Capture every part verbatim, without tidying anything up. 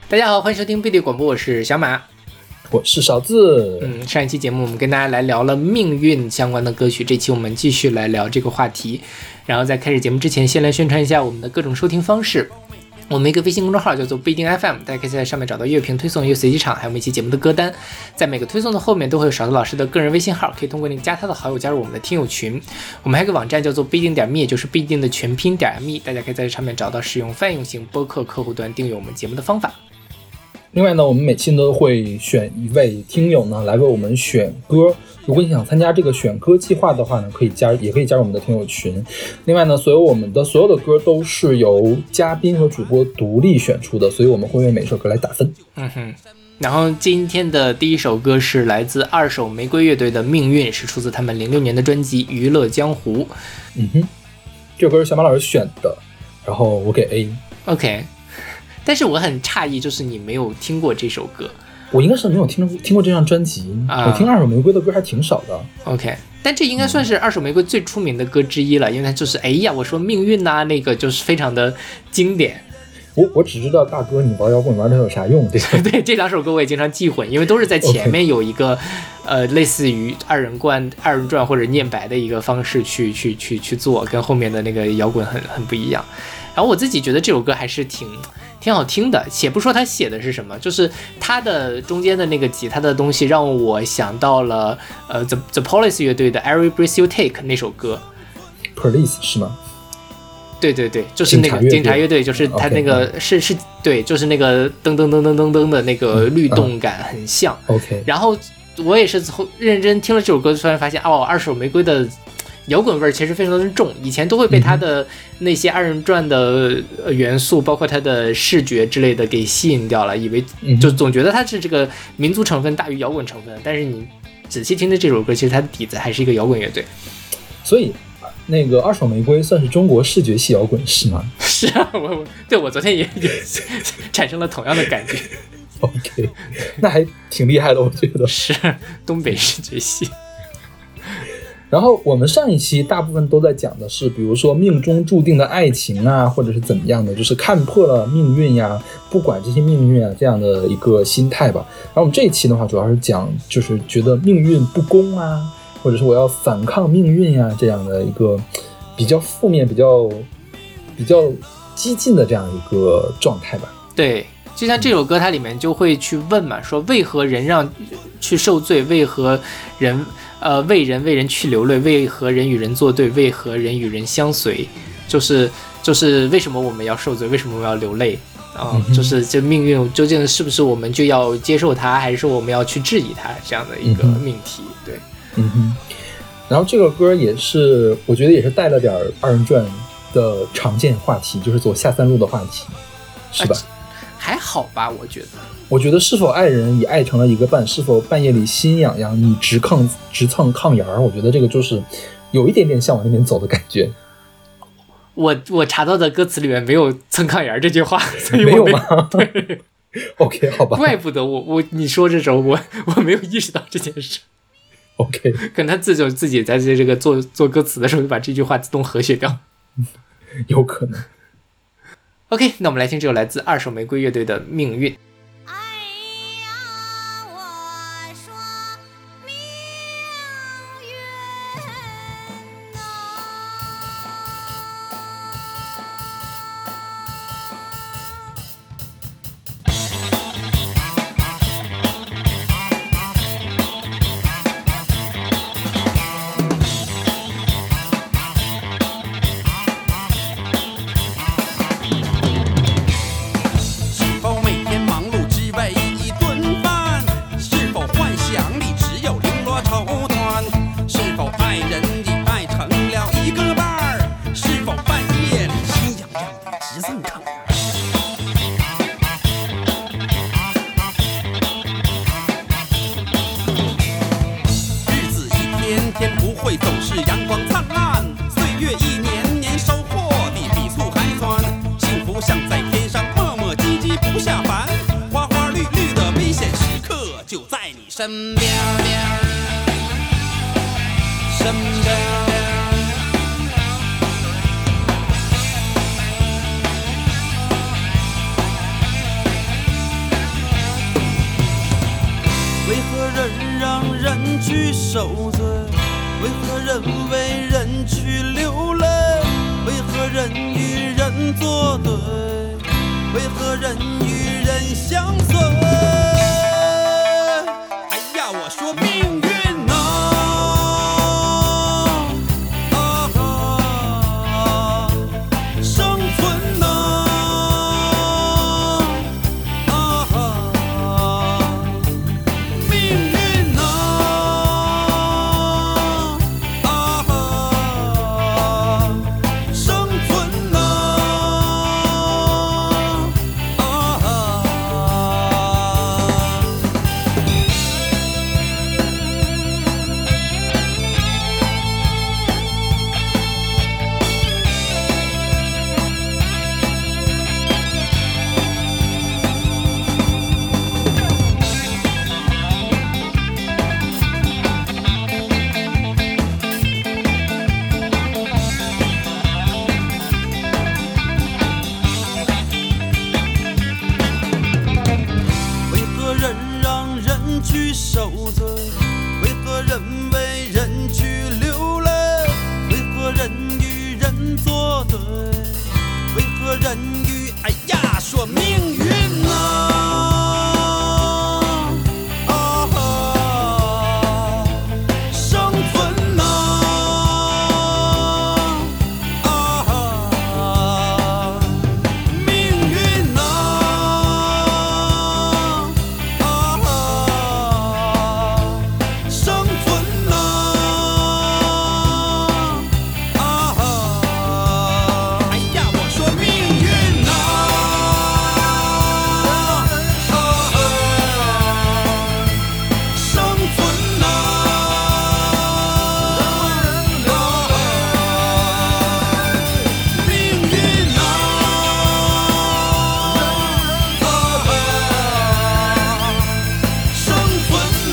大家好，欢迎收听贝利广播，我是小马， 我是勺子。 嗯，上一期节目我们跟大家来聊了命运相关的歌曲，这期我们继续来聊这个话题。然后在开始节目之前，先来宣传一下我们的各种收听方式。我们一个微信公众号叫做不一定 F M， 大家可以在上面找到乐评推送、乐随机场，还有每期节目的歌单。在每个推送的后面都会有勺子老师的个人微信号，可以通过那个加他的好友加入我们的听友群。我们还有个网站叫做不一定点 me， 就是不一定的全拼点 me， 大家可以在上面找到使用泛用型播客客户端订阅我们节目的方法。 另外呢，我们每期都会选一位听友呢来为我们选歌。如果你想参加这个选歌计划的话呢，可以加也可以加入我们的听友群。另外呢，所有我们的所有的歌都是由嘉宾和主播独立选出的，所以我们会为每首歌来打分。 嗯哼。然后今天的第一首歌是来自二手玫瑰乐队的《命运》，是出自他们零六年的专辑《娱乐江湖》。 嗯哼，这首歌是小马老师选的，然后我给 A。OK。 但是我很诧异，就是你没有听过这首歌。 我应该是没有听听过这张专辑、啊、我听二手玫瑰的歌还挺少的。 OK， 但这应该算是二手玫瑰最出名的歌之一了、嗯、因为它就是哎呀我说命运啊，那个就是非常的经典。 我我只知道大哥你玩摇滚玩它有啥用。对对，这两首歌我也经常记混，因为都是在前面有一个、okay. 呃类似于二人贯二人转或者念白的一个方式去去去去做，跟后面的那个摇滚很很不一样。然后我自己觉得这首歌还是挺挺好听的，且不说他写的是什么，就是他的中间的那个吉他的东西让我想到了呃 The The Police 乐队的 Every Breath You Take 那首歌。 Police 是吗？ 对对对，就是那个警察乐队，就是他那个、okay. 是是对，就是那个噔噔噔噔噔噔的那个律动感很像。 OK， 然后我也是认真听了这首歌，突然发现哦，二手玫瑰的摇滚味其实非常的重，以前都会被他的那些二人转的元素、嗯、包括他的视觉之类的给吸引掉了，以为就总觉得他是这个民族成分大于摇滚成分，但是你仔细听的这首歌，其实它的底子还是一个摇滚乐队。 所以那个二手玫瑰算是中国视觉系摇滚是吗？ 是啊，我我对我昨天也也产生了同样的感觉。 OK， 那还挺厉害的，我觉得是东北视觉系。 然后我们上一期大部分都在讲的是比如说命中注定的爱情啊，或者是怎么样的，就是看破了命运呀，不管这些命运啊这样的一个心态吧。然后我们这一期的话主要是讲就是觉得命运不公啊，或者是我要反抗命运呀这样的一个比较负面比较比较激进的这样一个状态吧。 对，就像这首歌它里面就会去问嘛，说为何人让去受罪，为何人呃为人为人去流泪，为何人与人作对，为何人与人相随，就是就是为什么我们要受罪，为什么我们要流泪啊、呃嗯？就是这命运究竟是不是我们就要接受它，还是说我们要去质疑它，这样的一个命题。嗯、对， 嗯哼。然后这个歌也是我觉得也是带了点二人转的常见话题，就是走下三路的话题，是吧？啊还好吧，我觉得。 我觉得是否爱人已爱成了一个伴，是否半夜里心痒痒，你直抗直蹭炕沿儿，我觉得这个就是有一点点向往那边走的感觉。 我我查到的歌词里面没有蹭炕沿儿这句话，所以我没有吗？对，OK， 好吧。 怪不得我我你说这时候我我没有意识到这件事。 OK， 可能他自己自己在这个做做歌词的时候就把这句话自动和谐掉， 有可能。 OK， 那我们来听这首来自二手玫瑰乐队的《命运》。 身边身边人去受罪？为何人为人去流泪？为何人与人作对？为何人与人相随？哎呀，我说命运呐、啊，啊，生存呐、啊，啊，命运呐、啊，生存呐、啊。为何人让人去受罪？为何人为人去流泪？为何人与人作对？为何人与哎呀说命运呐、啊，生存呐、啊，命运呐、啊，生存呐、啊，哎呀，我说命运呐、啊，生存呐、啊，命运呐、啊，生存呐、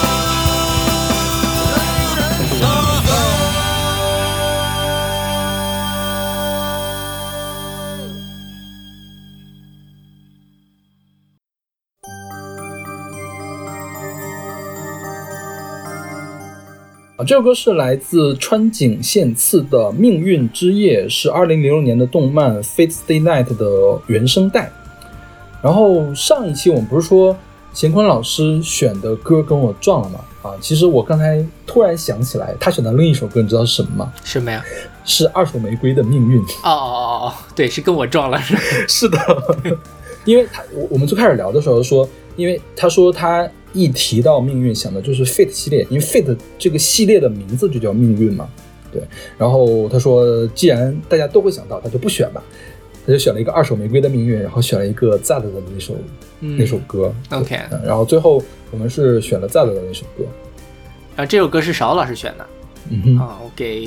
啊，这首歌是来自川井宪次的《命运之夜》，是二零零六年的动漫《Fate Stay Night》的原声带。然后上一期我们不是说贤坤老师选的歌跟我撞了吗？啊，其实我刚才突然想起来，他选的另一首歌你知道是什么吗？ 什么呀？ 是二手玫瑰的《命运》。 哦哦哦哦，对，是跟我撞了，是吧？ 是的，因为他我我们最开始聊的时候说，因为他说他一提到命运想的就是 Fate 系列，因为 Fate 这个系列的名字就叫命运嘛，对。然后他说，既然大家都会想到，他就不选吧，他就选了一个二手玫瑰的命运，然后选了一个 Z 的那首、嗯、那首歌。 OK， 然后最后我们是选了 Z 的那首歌。 然后这首歌是邵老师选的， 嗯哼， 啊，我给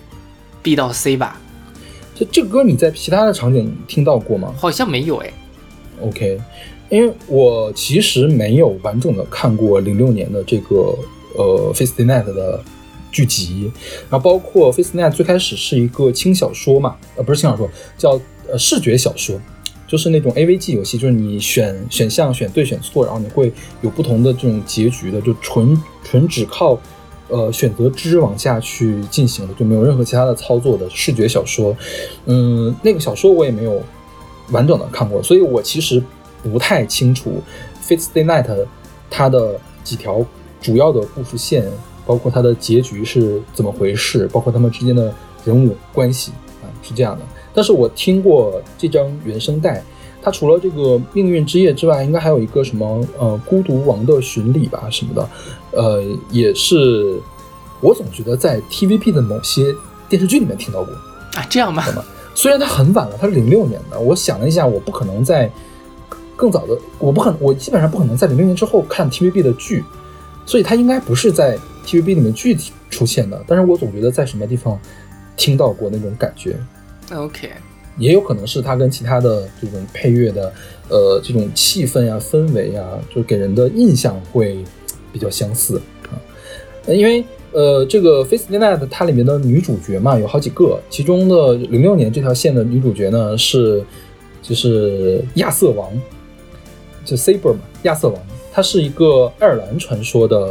B 到 C 吧。 这这个歌你在其他的场景听到过吗？ 好像没有哎。 OK， 因为我其实没有完整的看过零六年的这个呃 Fate Stay Night 的剧集，然后包括 Fate Stay Night 最开始是一个轻小说嘛，呃不是轻小说，叫呃视觉小说，就是那种 A V G 游戏，就是你选选项选对选错，然后你会有不同的这种结局的，就纯纯只靠呃选择之往下去进行的，就没有任何其他的操作的视觉小说。嗯，那个小说我也没有完整的看过，所以我其实不太清楚 Fate Stay Night 它的几条主要的故事线，包括它的结局是怎么回事，包括他们之间的人物关系啊，是这样的。但是我听过这张原声带，它除了这个命运之夜之外，应该还有一个什么呃孤独王的巡礼吧什么的，呃也是我总觉得在 T V B 的某些电视剧里面听到过啊，这样吗？ 虽然它很晚了，它是零六年的，我想了一下，我不可能在更早的，我不可能，我基本上不可能在零六年之后看 T V B 的剧，所以它应该不是在 T V B 里面具体出现的，但是我总觉得在什么地方听到过那种感觉。 OK， 也有可能是它跟其他的这种配乐的呃这种气氛呀、氛围啊，就给人的印象会比较相似啊。因为呃这个 Fate Stay Night 它里面的女主角嘛有好几个，其中的零六年这条线的女主角呢是就是亚瑟王，就 Saber 嘛，亚瑟王，他是一个爱尔兰传说的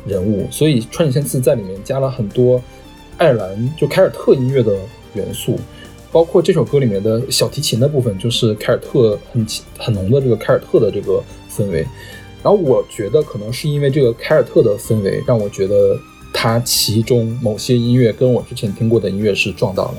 人物，所以川井宪次在里面加了很多爱尔兰就凯尔特音乐的元素，包括这首歌里面的小提琴的部分就是凯尔特很很浓的这个凯尔特的这个氛围。然后我觉得可能是因为这个凯尔特的氛围让我觉得它其中某些音乐跟我之前听过的音乐是撞到了。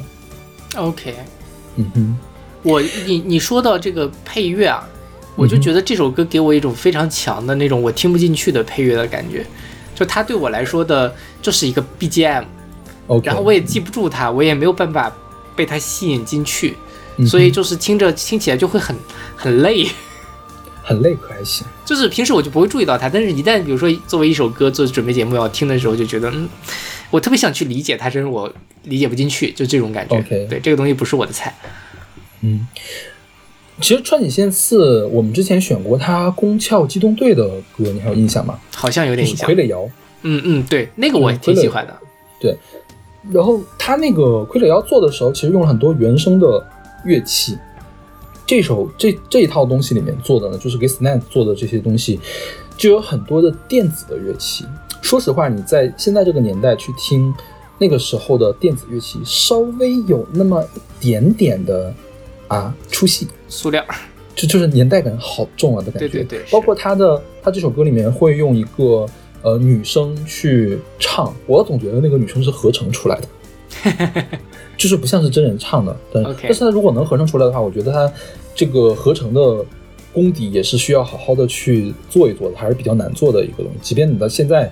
OK， 嗯哼， 我你你说到这个配乐啊，我就觉得这首歌给我一种非常强的那种我听不进去的配乐的感觉，就它对我来说的就是一个 B G M、okay. 然后我也记不住它，我也没有办法被它吸引进去、嗯、所以就是听着听起来就会很很累， 很累可还行， 就是平时我就不会注意到它，但是一旦比如说作为一首歌做准备节目要听的时候，就觉得嗯，我特别想去理解它，但是我理解不进去，就这种感觉。 OK， 对，这个东西不是我的菜。 嗯，其实川井宪次我们之前选过他宫壳机动队的歌，你还有印象吗？ 好像有点印象。 傀儡摇， 嗯嗯，对，那个我也挺喜欢的。 对，然后他那个傀儡摇做的时候，其实用了很多原声的乐器。这首这这一套东西里面做的呢，就是给 Snap 做的这些东西，就有很多的电子的乐器。说实话，你在现在这个年代去听那个时候的电子乐器，稍微有那么一点点的啊出戏， 塑料， 就就是年代感好重啊的感觉。 对对对， 包括他的他这首歌里面会用一个呃女生去唱，我总觉得那个女生是合成出来的。就是不像是真人唱的，但是、okay. 但是他如果能合成出来的话，我觉得他这个合成的功底也是需要好好的去做一做的，还是比较难做的一个东西。即便你到现在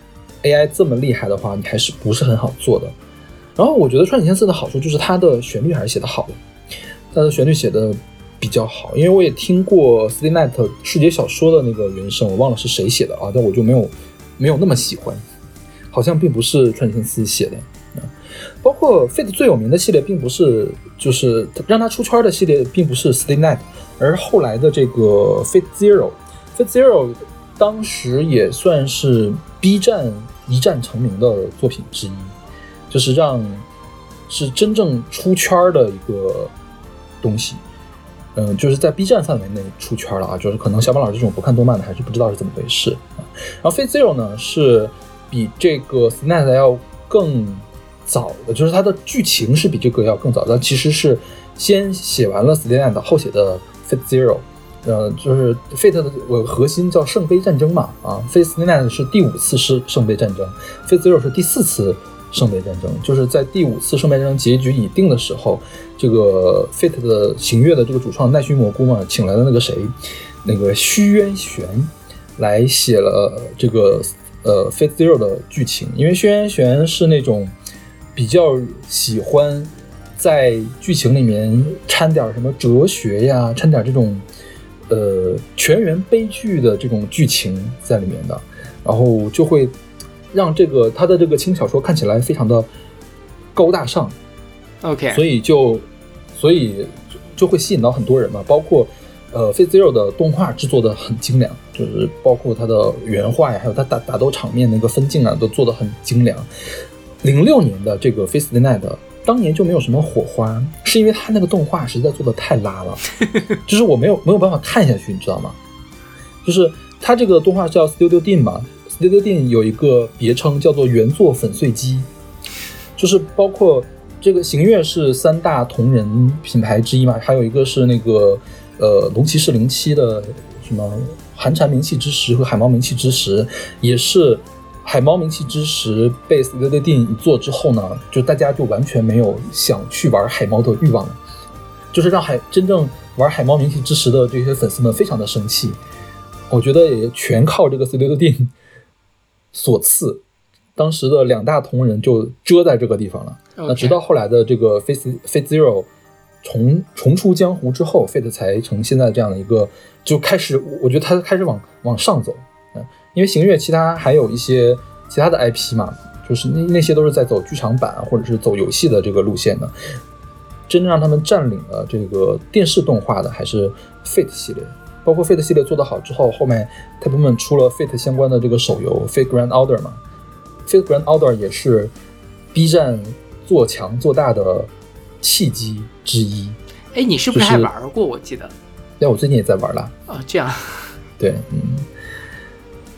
A I 这么厉害的话，你还是不是很好做的。然后我觉得川井宪次的好处就是他的旋律还是写得好的，他的旋律写得比较好。因为我也听过 City Night 世界小说的那个原声，我忘了是谁写的啊，但我就没有没有那么喜欢，好像并不是川井宪次写的。包括 Fate 最有名的系列并不是，就是让他出圈的系列并不是 Stay Night， 而后来的这个 Fate Zero。Fate Zero 当时也算是 B 站一战成名的作品之一，就是让是真正出圈的一个东西。嗯，就是在 B 站范围内出圈了啊，就是可能小马老师这种不看动漫的还是不知道是怎么回事啊。然后 Fate Zero 呢是比这个 Stay Night 要更早的，就是它的剧情是比这个要更早的，其实是先写完了 Stay Night 后写的 Fate Zero。呃，就是 Fate 的核心叫圣杯战争嘛，啊 Fate Stay Night 是第五次是圣杯战争， Fate Zero 是第四次圣杯战争。就是在第五次圣杯战争结局已定的时候，这个 Fate 的行月的这个主创奈须蘑菇嘛，请来了那个谁，那个虚渊玄来写了这个呃 Fate Zero 的剧情。因为虚渊玄是那种比较喜欢在剧情里面掺点什么哲学呀，掺点这种呃全员悲剧的这种剧情在里面的，然后就会让这个他的这个轻小说看起来非常的高大上。 OK， 所以就所以就会吸引到很多人嘛。包括呃 Fate Zero 的动画制作的很精良，就是包括它的原画呀，还有它打打斗场面那个分镜啊，都做得很精良。零六年的这个 Fate Stay Night 当年就没有什么火花，是因为他那个动画实在做的太拉了，就是我没有没有办法看下去，你知道吗？就是他这个动画叫 Studio Dean 嘛 ，Studio Dean 有一个别称叫做原作粉碎机，就是包括这个行月是三大同人品牌之一嘛，还有一个是那个呃龙骑士零七的什么寒蝉鸣泣之时和海猫鸣泣之时，也是。海猫鸣泣之时被 Studio Dean 一做之后呢，就大家就完全没有想去玩海猫的欲望了，就是让海真正玩海猫鸣泣之时的这些粉丝们非常的生气。我觉得也全靠这个 Studio Dean 所赐，当时的两大同人就遮在这个地方了。Okay. 那直到后来的这个 Fate, Fate Zero 重重出江湖之后 Fate 才成现在这样的一个，就开始我觉得它开始往往上走。因为行月其他还有一些其他的 I P 嘛，就是那那些都是在走剧场版或者是走游戏的这个路线的。真正让他们占领了这个电视动画的还是 Fate 系列，包括 Fate 系列做得好之后，后面他们出了 Fate 相关的这个手游 Fate Grand Order 嘛 ，Fate Grand Order 也是 B 站做强做大的契机之一。 哎，你是不是还玩过？我记得。 对，我最近也在玩了。 哦，这样。 对，嗯。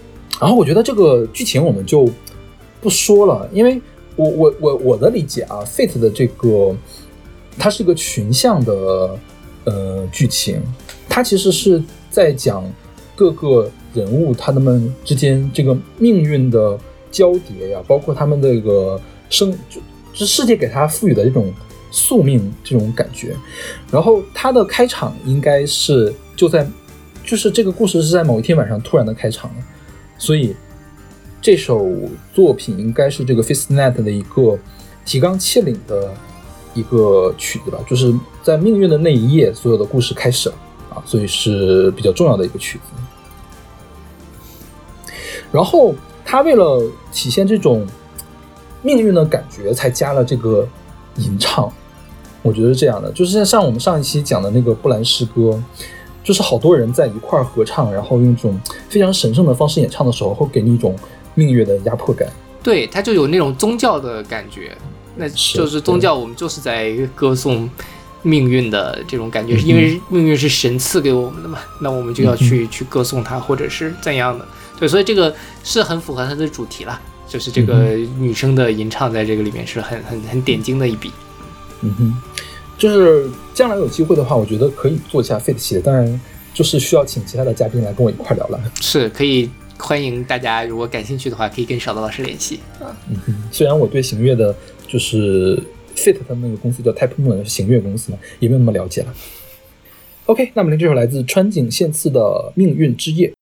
然后我觉得这个剧情我们就不说了，因为我我我我的理解啊 ，Fate 的这个它是一个群像的呃剧情，它其实是在讲各个人物他们之间这个命运的交叠呀，包括他们的这个生就就世界给他赋予的这种宿命这种感觉。然后它的开场应该是就在就是这个故事是在某一天晚上突然的开场了，所以这首作品应该是这个 Fatenet 的一个提纲挈领的一个曲子吧，就是在命运的那一夜所有的故事开始了啊，所以是比较重要的一个曲子。然后他为了体现这种命运的感觉才加了这个吟唱，我觉得是这样的，就是像我们上一期讲的那个布兰诗歌，就是好多人在一块儿合唱，然后用这种非常神圣的方式演唱的时候，会给你一种命运的压迫感。 对，它就有那种宗教的感觉，那就是宗教我们就是在歌颂命运的这种感觉，因为命运是神赐给我们的嘛，那我们就要去、嗯、去歌颂它，或者是怎样的。对，所以这个是很符合它的主题啦，就是这个女生的吟唱在这个里面是很很很点睛的一笔。 嗯哼，就是将来有机会的话，我觉得可以做一下 Fate 系列，当然就是需要请其他的嘉宾来跟我一块聊了。是可以。欢迎大家，如果感兴趣的话，可以跟小刀老师联系。 嗯哼，虽然我对行月的，就是 Fate 的那个公司叫 Type Moon 是行月公司嘛，也没有那么了解了。OK， 那么这首来自川井宪次的《命运之夜》。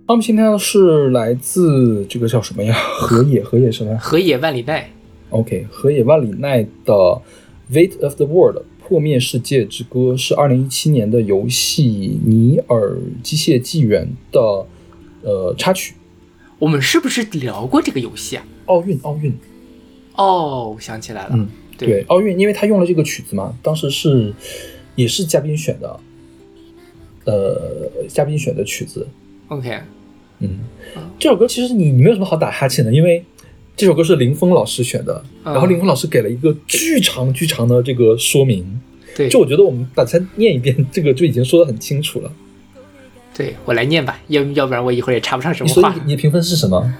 奥秘心跳是来自这个叫什么呀？河野河野什么？ 河野万里奈。 OK， 河野万里奈的 Weight of the World 破灭世界之歌是二零一七年的游戏尼尔机械纪元的呃插曲。 我们是不是聊过这个游戏啊？ 奥运奥运哦，想起来了。 嗯，对，对奥运，因为他用了这个曲子嘛，当时是也是嘉宾选的，呃，嘉宾选的曲子。 OK， 嗯，这首歌其实你你没有什么好打哈欠的，因为这首歌是林峰老师选的， 嗯、 然后林峰老师给了一个巨长巨长的这个说明。 对， 就我觉得我们把它念一遍，这个就已经说得很清楚了。 对，我来念吧，要要不然我一会儿也插不上什么话。 所以你的评分是什么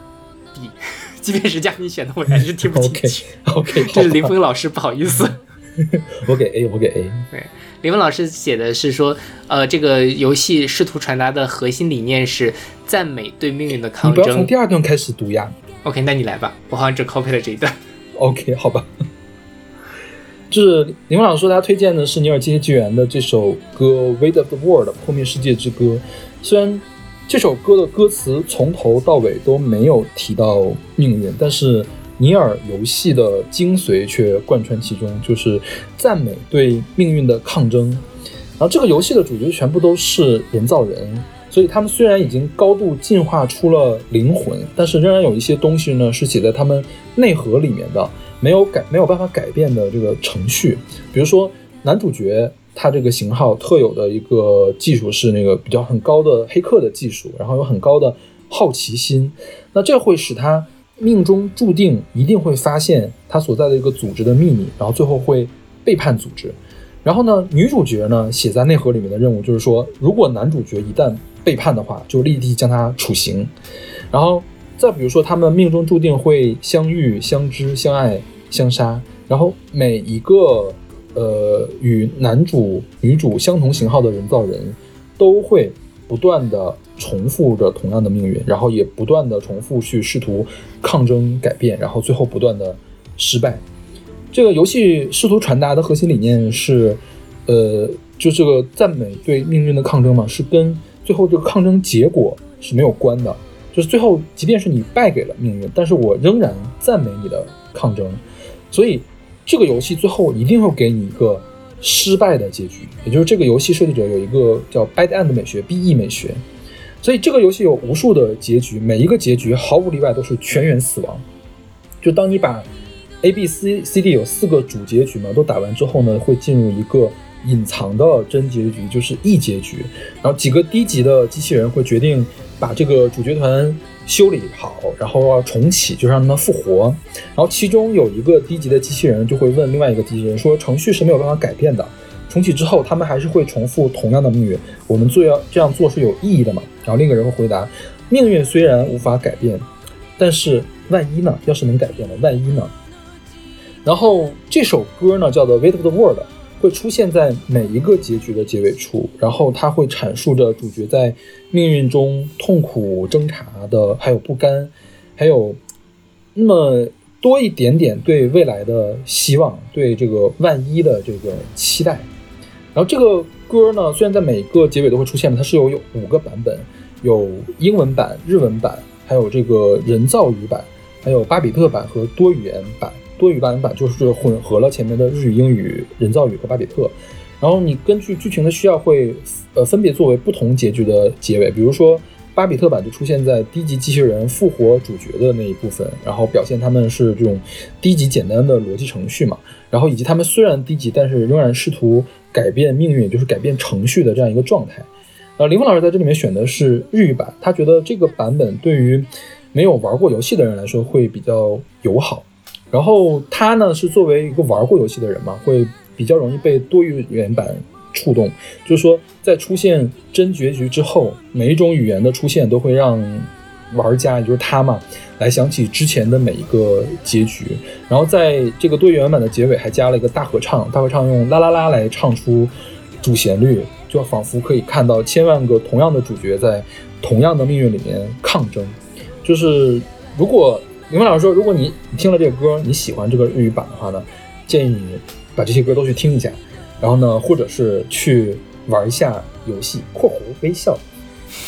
？B， 即便是嘉宾选的，我还是听不进去。 OK， 这是林峰老师，不好意思。 我给 A， 我给 A。 对，林峰老师写的是说，呃，这个游戏试图传达的核心理念是赞美对命运的抗争。 你不要从第二段开始读呀。 OK， 那你来吧，我好像只 copy 了这一段。 OK， 好吧。就是林峰老师说他推荐的是尼尔机械纪元的这首歌 Weight of the World 破灭世界之歌，虽然这首歌的歌词从头到尾都没有提到命运，但是尼尔游戏的精髓却贯穿其中，就是赞美对命运的抗争。然后这个游戏的主角全部都是人造人，所以他们虽然已经高度进化出了灵魂，但是仍然有一些东西呢是写在他们内核里面的，没有改没有办法改变的这个程序。比如说男主角他这个型号特有的一个技术是那个比较很高的黑客的技术，然后有很高的好奇心，那这会使他命中注定一定会发现他所在的一个组织的秘密，然后最后会背叛组织。然后呢，女主角呢写在内核里面的任务就是说，如果男主角一旦背叛的话，就立即将他处刑。然后再比如说他们命中注定会相遇相知相爱相杀，然后每一个呃与男主女主相同型号的人造人都会不断的重复着同样的命运，然后也不断的重复去试图抗争改变，然后最后不断的失败。这个游戏试图传达的核心理念是呃，就这个赞美对命运的抗争嘛，是跟最后这个抗争结果是没有关的，就是最后即便是你败给了命运，但是我仍然赞美你的抗争。所以这个游戏最后一定会给你一个失败的结局，也就是这个游戏设计者有一个叫 bad end 美学 B E 美学，所以这个游戏有无数的结局，每一个结局毫无例外都是全员死亡。就当你把 A B C C D 有四个主结局嘛都打完之后呢，会进入一个隐藏的真结局，就是 E 结局。然后几个低级的机器人会决定把这个主角团修理好，然后要重启，就让他们复活。然后其中有一个低级的机器人就会问另外一个机器人说，程序是没有办法改变的，重启之后他们还是会重复同样的命运，我们做要这样做是有意义的嘛？然后另一个人会回答，命运虽然无法改变，但是万一呢？要是能改变了，万一呢？然后这首歌呢叫做 Weight of the World， 会出现在每一个结局的结尾处，然后它会阐述着主角在命运中痛苦挣扎的，还有不甘，还有那么多一点点对未来的希望，对这个万一的这个期待。然后这个歌呢，虽然在每个结尾都会出现，它是有有五个版本，有英文版、日文版，还有这个人造语版，还有巴比特版和多语言版。多语版版就是混合了前面的日语、英语、人造语和巴比特，然后你根据剧情的需要会呃分别作为不同结局的结尾。比如说巴比特版就出现在低级机器人复活主角的那一部分，然后表现他们是这种低级简单的逻辑程序嘛，然后以及他们虽然低级，但是仍然试图改变命运，就是改变程序的这样一个状态。呃，林峰老师在这里面选的是日语版，他觉得这个版本对于没有玩过游戏的人来说会比较友好。然后他呢是作为一个玩过游戏的人嘛，会比较容易被多语言版触动，就是说在出现真结局之后，每一种语言的出现都会让玩家，也就是他嘛，来想起之前的每一个结局。然后在这个多语言版的结尾还加了一个大合唱，大合唱用啦啦啦来唱出主旋律，就仿佛可以看到千万个同样的主角在同样的命运里面抗争。就是如果林峰老师说，如果你听了这个歌，你喜欢这个日语版的话呢，建议你把这些歌都去听一下，然后呢，或者是去玩一下游戏（括弧微笑）。然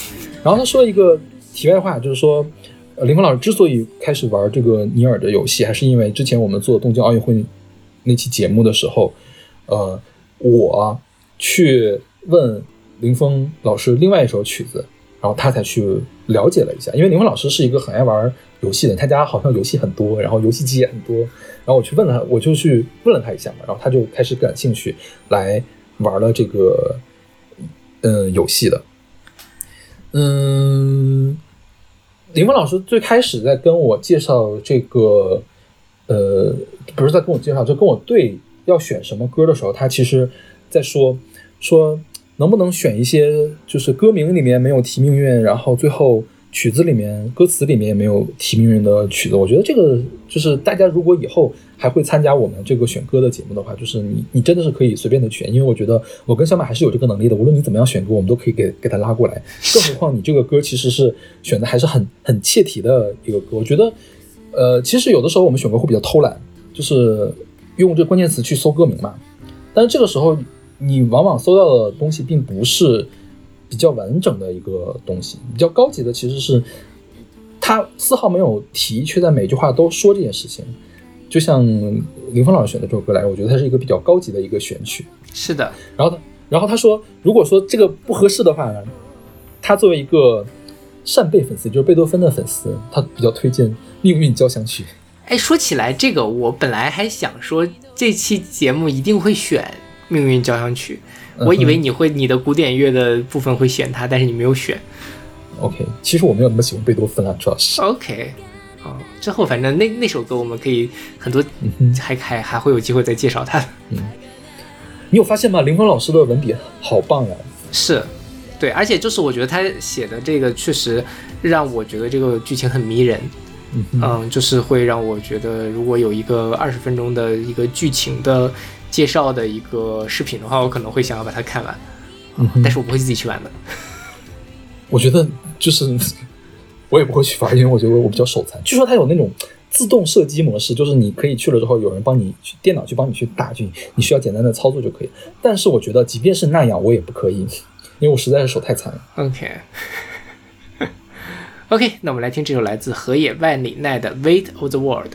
然后他说一个题外话，就是说，呃，林峰老师之所以开始玩这个尼尔的游戏，还是因为之前我们做东京奥运会那期节目的时候，呃，我去问林峰老师另外一首曲子，然后他才去了解了一下。因为林峰老师是一个很爱玩游戏的，他家好像游戏很多，然后游戏机也很多。然后我去问了他，我就去问了他一下嘛，然后他就开始感兴趣来玩了这个嗯游戏的。嗯，林峰老师最开始在跟我介绍这个，呃，不是在跟我介绍，就跟我对要选什么歌的时候，他其实在说说能不能选一些就是歌名里面没有提命运，然后最后曲子里面歌词里面也没有提命运的曲子。我觉得这个就是大家如果以后还会参加我们这个选歌的节目的话，就是你你真的是可以随便的选，因为我觉得我跟小马还是有这个能力的，无论你怎么样选歌我们都可以给给他拉过来，更何况你这个歌其实是选的还是很很切题的一个歌。我觉得呃，其实有的时候我们选歌会比较偷懒，就是用这个关键词去搜歌名嘛，但是这个时候你往往搜到的东西并不是比较完整的一个东西，比较高级的其实是他丝毫没有提，却在每句话都说这件事情。就像林峰老师选的这首歌来，我觉得它是一个比较高级的一个选曲。 是的。 然后他，然后他说，如果说这个不合适的话呢，他作为一个扇贝粉丝，就是贝多芬的粉丝，他比较推荐《命运交响曲》。 哎，说起来这个，我本来还想说这期节目一定会选《命运交响曲》，我以为你会你的古典乐的部分会选它，但是你没有选。 OK， 其实我没有那么喜欢贝多芬啊，主要是。 OK。哦，之后反正那那首歌我们可以很多，嗯、还还还会有机会再介绍它。 嗯，你有发现吗？林峰老师的文笔好棒呀！ 是，对，而且就是我觉得他写的这个确实让我觉得这个剧情很迷人。 嗯, 嗯，就是会让我觉得，如果有一个二十分钟的一个剧情的介绍的一个视频的话，我可能会想要把它看完。 嗯， 但是我不会自己去玩的。 我觉得就是。我也不会去玩，因为我觉得我比较手残。据说它有那种自动射击模式，就是你可以去了之后，有人帮你去电脑去帮你去打，去你需要简单的操作就可以。但是我觉得，即便是那样，我也不可以，因为我实在是手太残了。 OK， OK， 那我们来听这首来自河野万里奈的《Weight of the World》。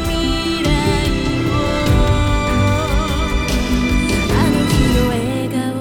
笑顔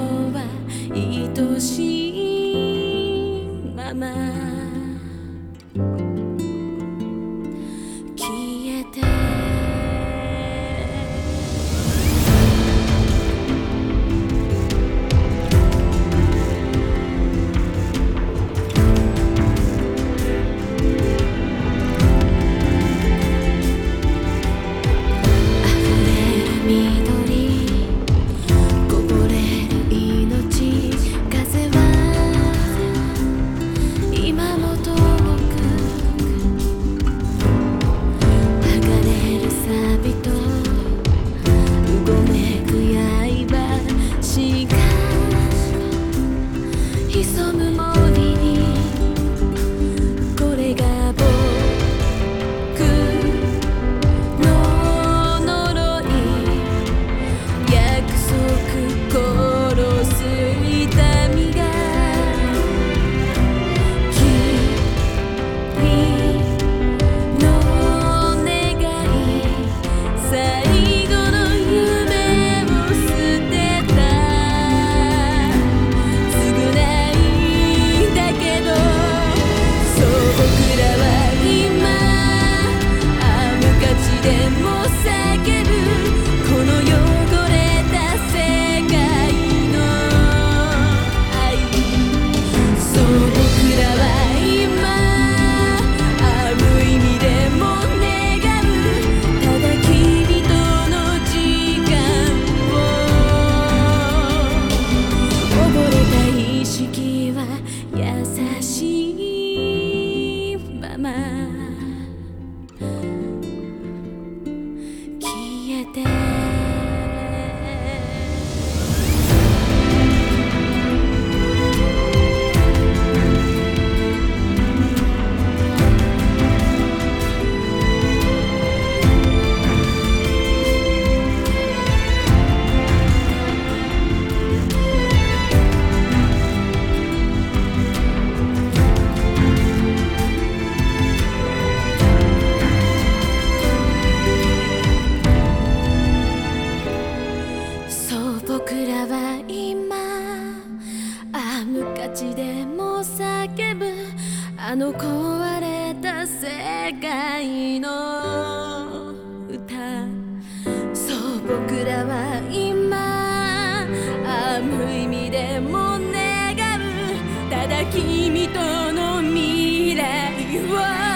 らは今あ昔でも叫ぶあの壊れた世界の歌そう僕らは今あ無意味でも願うただ君との未来を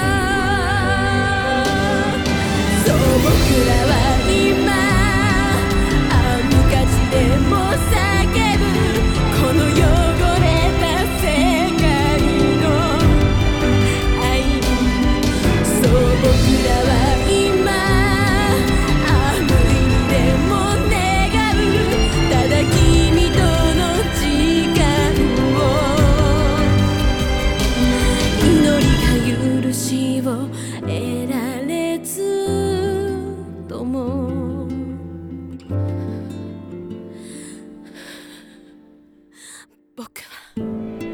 そう僕らは今あ昔でも叫ぶこの汚れた世界の愛そう僕らは今あ無意味でも願うただ君との時間を祈りが許しを得られずとも僕は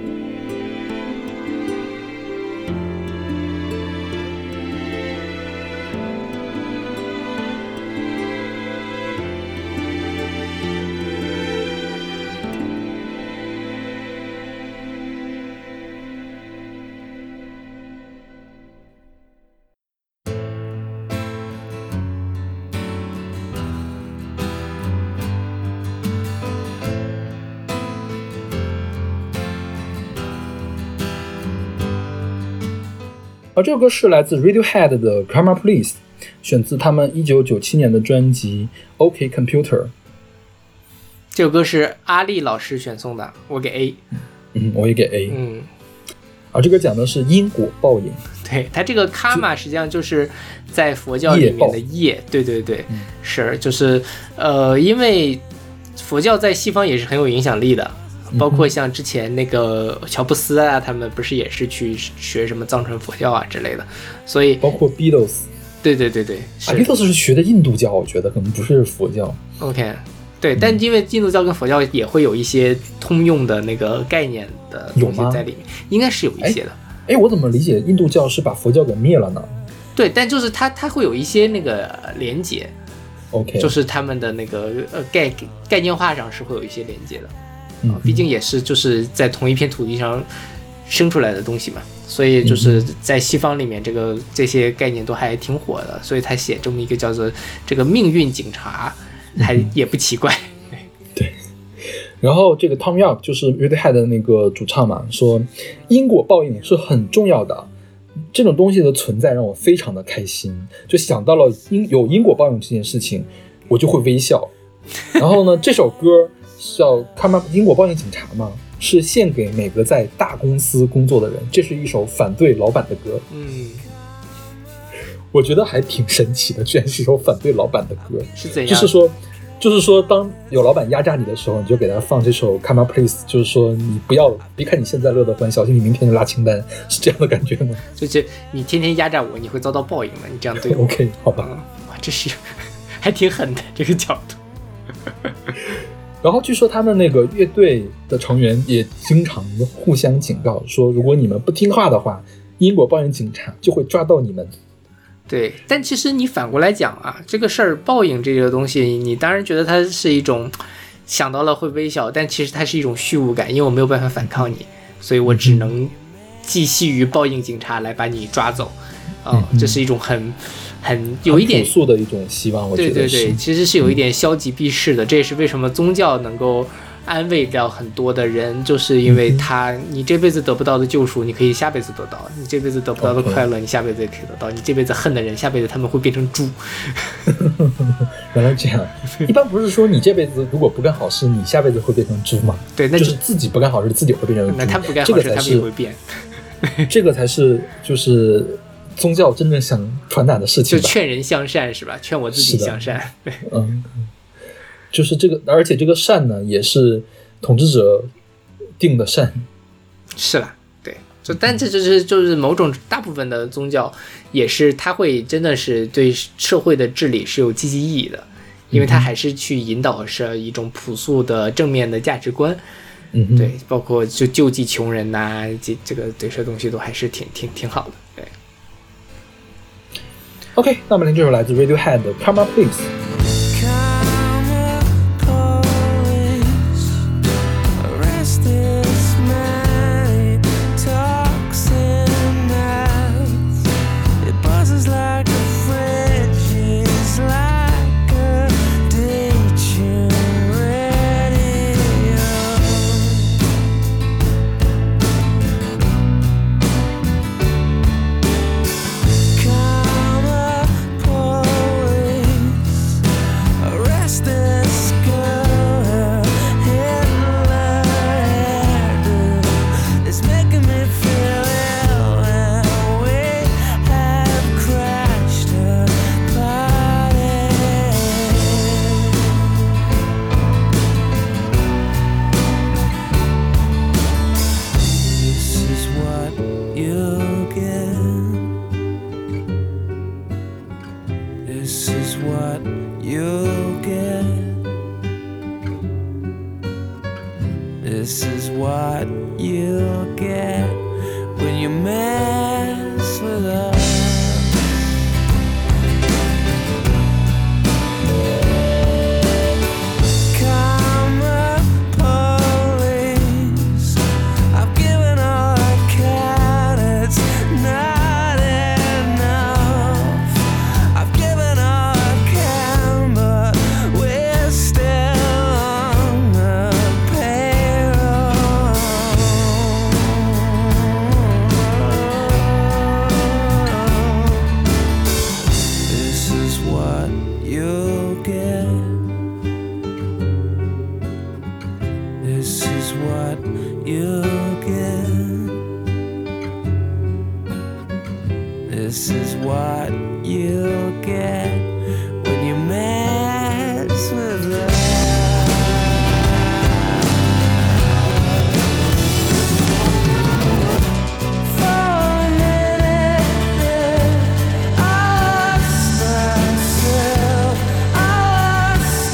而这首歌是来自 Radiohead 的 Karma Police， 选自他们一九九七年的专辑 OK Computer。 这首歌是阿力老师选送的，我给 A。 嗯，我也给 A。 嗯， 而这个讲的是因果报应。 对，它这个 karma 实际上就是在佛教里面的业，对对对、嗯、是就是呃，因为佛教在西方也是很有影响力的，包括像之前那个乔布斯啊，他们不是也是去学什么藏传佛教啊之类的，所以包括 Beatles。 对对对对， 啊 Beatles 是学的印度教，我觉得可能不是佛教。 OK， 对、嗯、但因为印度教跟佛教也会有一些通用的那个概念的东西在里面，应该是有一些的。哎， 我怎么理解印度教是把佛教给灭了呢？ 对，但就是它它会有一些那个连结。 OK， 就是他们的那个呃概概念化上是会有一些连接的。嗯，毕竟也是就是在同一片土地上生出来的东西嘛，所以就是在西方里面这个这些概念都还挺火的，所以他写这么一个叫做这个命运警察还也不奇怪。 嗯、对。然后这个 Tom York 就是 Radiohead 的那个主唱嘛，说因果报应是很重要的，这种东西的存在让我非常的开心，就想到了因有因果报应这件事情我就会微笑。然后呢这首歌叫 Karma 因果报应警察嘛，是献给每个在大公司工作的人，这是一首反对老板的歌。 嗯， 我觉得还挺神奇的，居然是一首反对老板的歌。 是怎样？ 就是说就是说当有老板压榨你的时候，你就给他放这首 Karma Police， 就是说你不要别看你现在乐得欢，小心你明天就拉清单，是这样的感觉吗？ 就是你天天压榨我，你会遭到报应的，你这样对我。 OK， 好吧、嗯、 哇，这是还挺狠的这个角度。 然后据说他们那个乐队的成员也经常互相警告说，如果你们不听话的话，因果报应警察就会抓到你们。 对，但其实你反过来讲啊，这个事儿报应这个东西，你当然觉得它是一种想到了会微笑，但其实它是一种虚无感，因为我没有办法反抗你，所以我只能寄希于报应警察来把你抓走啊、嗯，这是一种很很有一点朴素的一种希望，我觉得是。 对对对，其实是有一点消极避世的、嗯、这也是为什么宗教能够安慰掉很多的人，就是因为他、嗯、你这辈子得不到的救赎你可以下辈子得到，你这辈子得不到的快乐、okay. 你下辈子也可以得到，你这辈子恨的人下辈子他们会变成猪。 原来这样，一般不是说你这辈子如果不干好事你下辈子会变成猪吗？ 对，那就是自己不干好事自己会变成猪， 那他不干好事、这个、他们也会变。 这个才是就是宗教真正想传达的事情吧， 就劝人向善是吧？劝我自己向善。 嗯，就是这个，而且这个善呢，也是统治者定的善。 是啦，对，就但这就是就是某种大部分的宗教也是，它会真的是对社会的治理是有积极意义的，因为它还是去引导是一种朴素的正面的价值观。 嗯， 对，包括就救济穷人呐、啊，这这个对这东西都还是挺挺挺好的。对。 OK， 那么这首来自 Radiohead 的 Karma Police。 This is what you get when you mess with us. This is what you get when you mess with us. For a minute there, I lost myself, I lost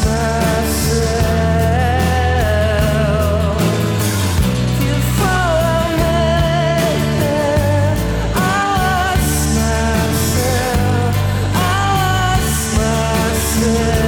myself. You for a minute there, I lost myself, I lost myself.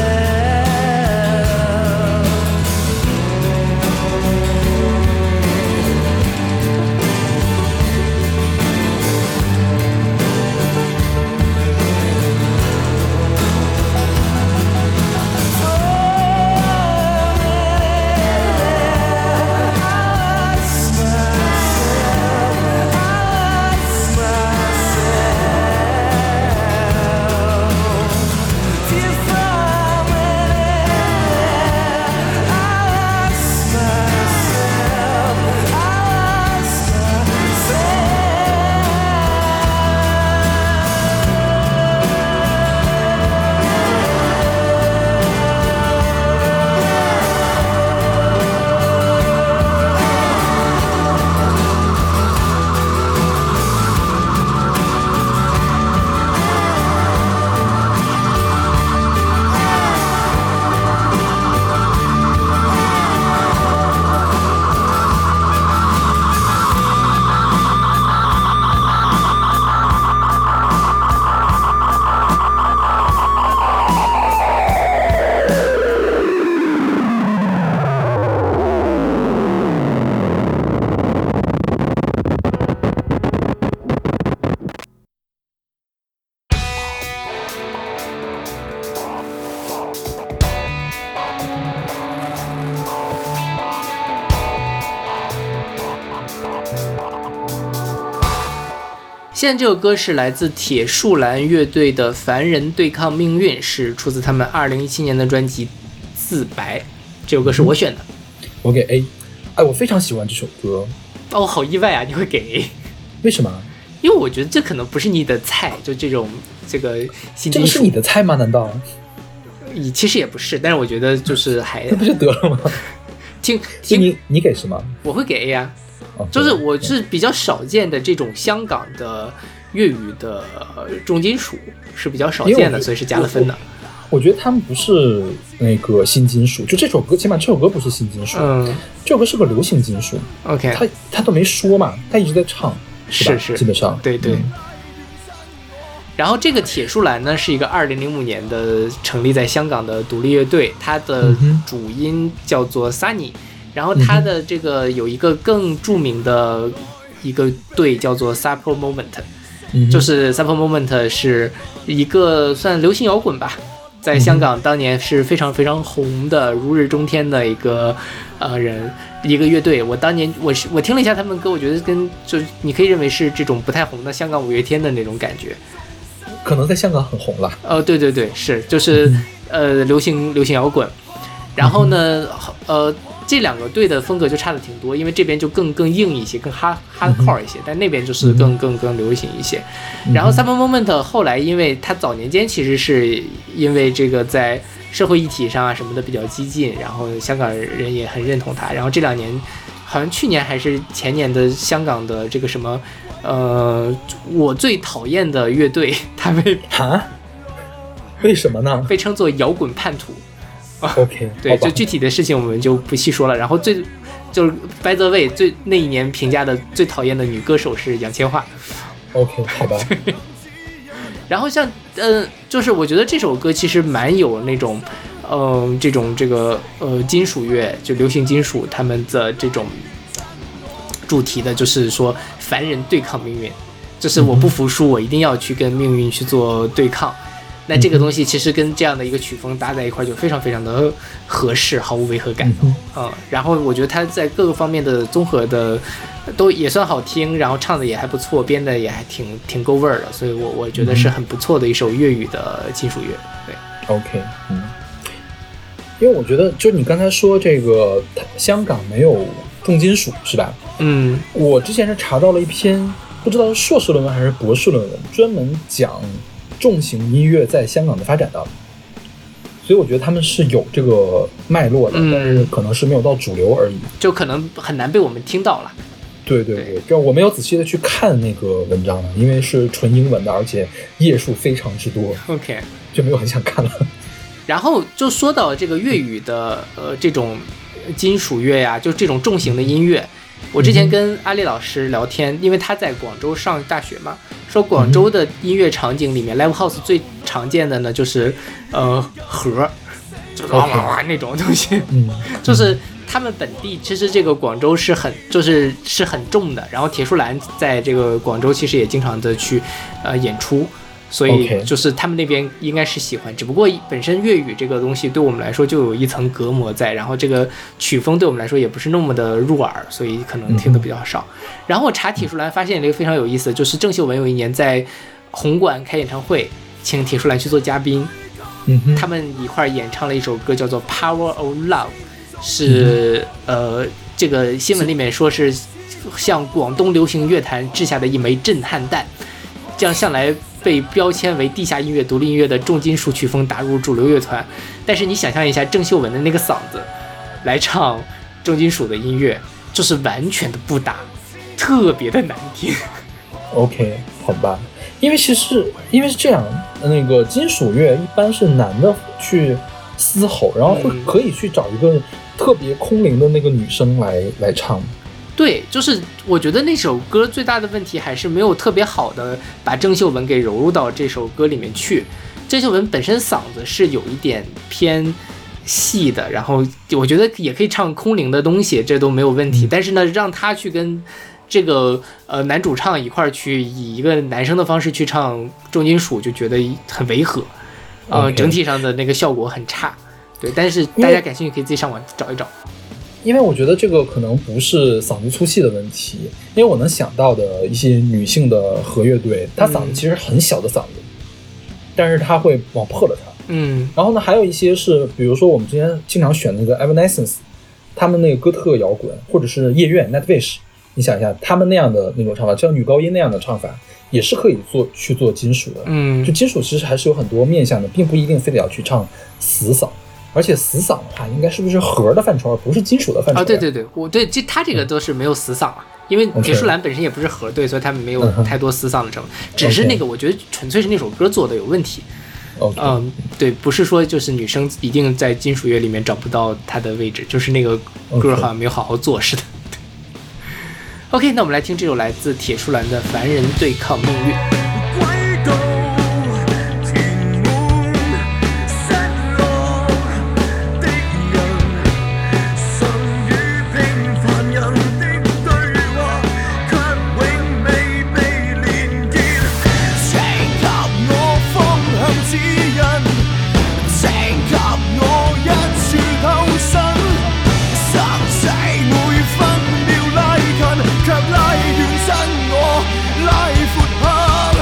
现在这首歌是来自铁树兰乐队的《凡人对抗命运》，是出自他们二零一七年的专辑《自白》。这首歌是我选的， 我给 A。哎，我非常喜欢这首歌。 哦，好意外啊，你会给 A？ 为什么？ 因为我觉得这可能不是你的菜，就这种这个新金属。 这个是你的菜吗？难道？ 其实也不是，但是我觉得就是还那不就得了吗？ 听听你你给什么？ 我会给 A 啊。 哦、 就是我是比较少见的这种香港的粤语的重金属是比较少见的，所以是加了分的。 我, 我觉得他们不是那个新金属，就这首歌，起码这首歌不是新金属， 嗯， 这首歌是个流行金属。 OK， 他他都没说嘛，他一直在唱，是吧？ 是是， 基本上对对。嗯、然后这个铁树兰呢，是一个二零零五年的成立在香港的独立乐队，它的主音叫做 Sunny。然后他的这个有一个更著名的一个队叫做 Supple Moment，嗯、就是 Supple Moment 是一个算流行摇滚吧，在香港当年是非常非常红的如日中天的一个呃人一个乐队。我当年我是我听了一下他们的歌，我觉得跟就你可以认为是这种不太红的香港五月天的那种感觉， 可能在香港很红了。 呃，对对对，是就是、嗯、呃流行流行摇滚。然后呢，呃。这两个队的风格就差的挺多，因为这边就更更硬一些，更哈哈 core 一些，但那边就是更更更流行一些。然后 Supple Moment 后来，因为他早年间其实是因为这个在社会议题上啊什么的比较激进，然后香港人也很认同他。然后这两年，好像去年还是前年的香港的这个什么，呃，我最讨厌的乐队，他被啊？为什么呢？ 被称作摇滚叛徒。 OK， 对，就具体的事情我们就不细说了。然后最就是 by the way 最那一年评价的最讨厌的女歌手是杨千嬅。 OK， 好吧。 然后像呃，就是我觉得这首歌其实蛮有那种，嗯、呃，这种这个呃金属乐，就流行金属他们的这种主题的，就是说凡人对抗命运，就是我不服输，我一定要去跟命运去做对抗。那这个东西其实跟这样的一个曲风搭在一块就非常非常的合适，毫无违和感。嗯，嗯然后我觉得它在各个方面的综合的都也算好听，然后唱的也还不错，编的也还挺挺够味儿的，所以我我觉得是很不错的一首粤语的金属乐。对 ，OK， 嗯，因为我觉得就你刚才说这个香港没有重金属是吧？ 嗯， 我之前是查到了一篇不知道是硕士论文还是博士论文，专门讲重型音乐在香港的发展的，所以我觉得他们是有这个脉络的，嗯、但是可能是没有到主流而已， 就可能很难被我们听到了。 对对对，就我没有仔细的去看那个文章了，因为是纯英文的，而且页数非常之多 ，OK， 就没有很想看了。 然后就说到这个粤语的呃这种金属乐呀，就这种重型的音乐。我之前跟阿丽老师聊天，因为他在广州上大学嘛，说广州的音乐场景里面 live house 最常见的呢就是呃盒，就是哇哇哇那种东西，嗯，就是他们本地其实这个广州是很就是是很重的，然后铁树兰在这个广州其实也经常的去呃演出。所以就是他们那边应该是喜欢，只不过本身粤语这个东西对我们来说就有一层隔膜在，然后这个曲风对我们来说也不是那么的入耳，所以可能听的比较少。然后我查铁树兰发现了一个非常有意思，就是郑秀文有一年在红馆开演唱会，请铁树兰去做嘉宾， 嗯， 他们一块演唱了一首歌叫做 Power of Love， 是、嗯、呃这个新闻里面说是向广东流行乐坛掷下的一枚震撼弹，这样向来被标签为地下音乐、独立音乐的重金属曲风打入主流乐团，但是你想象一下郑秀文的那个嗓子来唱重金属的音乐，就是完全的不搭，特别的难听。 OK， 好吧，因为其实因为是这样，那个金属乐一般是男的去嘶吼，然后会可以去找一个特别空灵的那个女生来来唱。 对，就是我觉得那首歌最大的问题还是没有特别好的把郑秀文给揉入到这首歌里面去。郑秀文本身嗓子是有一点偏细的，然后我觉得也可以唱空灵的东西，这都没有问题。但是呢，让他去跟这个呃男主唱一块儿去以一个男生的方式去唱重金属，就觉得很违和，呃， okay. 整体上的那个效果很差。对，但是大家感兴趣可以自己上网找一找。 因为我觉得这个可能不是嗓子粗细的问题，因为我能想到的一些女性的和乐队，她嗓子其实很小的嗓子，嗯、但是她会往破了它。 嗯， 然后呢，还有一些是，比如说我们之前经常选那个 Evanescence， 他们那个哥特摇滚，或者是夜愿 Nightwish， 你想一下，他们那样的那种唱法，像女高音那样的唱法，也是可以做去做金属的。 嗯，就金属其实还是有很多面向的，并不一定非得要去唱死嗓。而且死嗓的话，应该是不是核的范畴，而不是金属的范畴？ 啊，对对对，我对这他这个都是没有死嗓了，因为铁树兰本身也不是核队，所以他们没有太多死嗓的成分，嗯、只是那个我觉得纯粹是那首歌做的有问题。 嗯、呃， 对，不是说就是女生一定在金属乐里面找不到她的位置，就是那个歌好像没有好好做似的。OK， 那我们来听这首来自铁树兰的《凡人对抗命运》。 卻拉斷身我，拉闊下。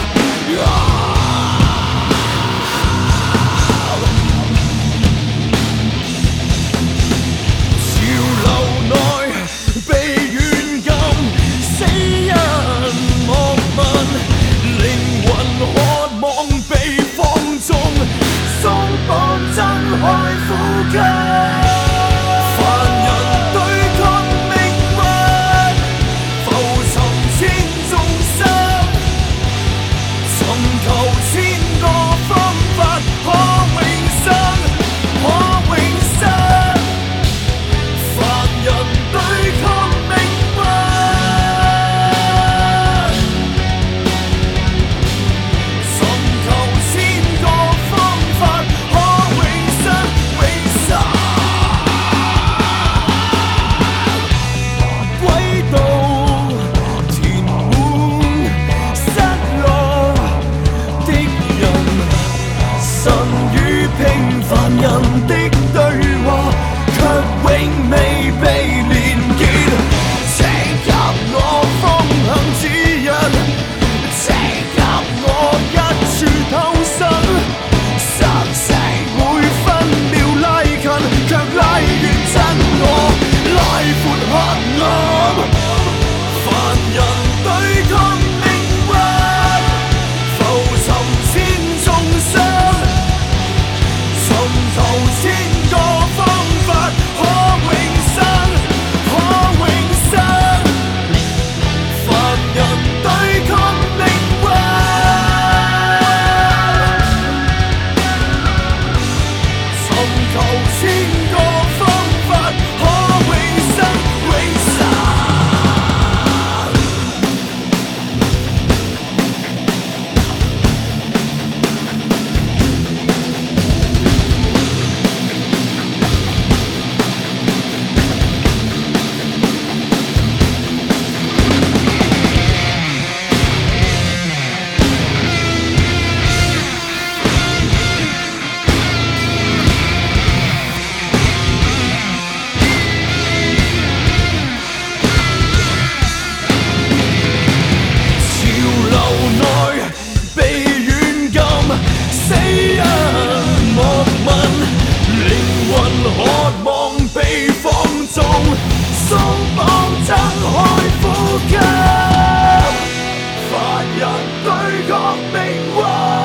掃網睜開呼吸，凡人對抗命運，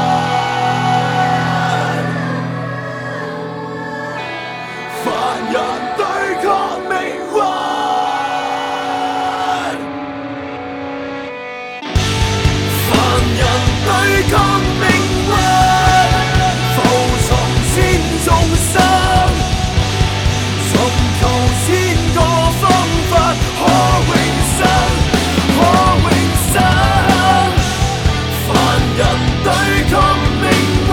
凡人對抗命運，凡人對抗命運，浮從千眾生，尋求千個方法可永生，可永生。凡人對抗命運，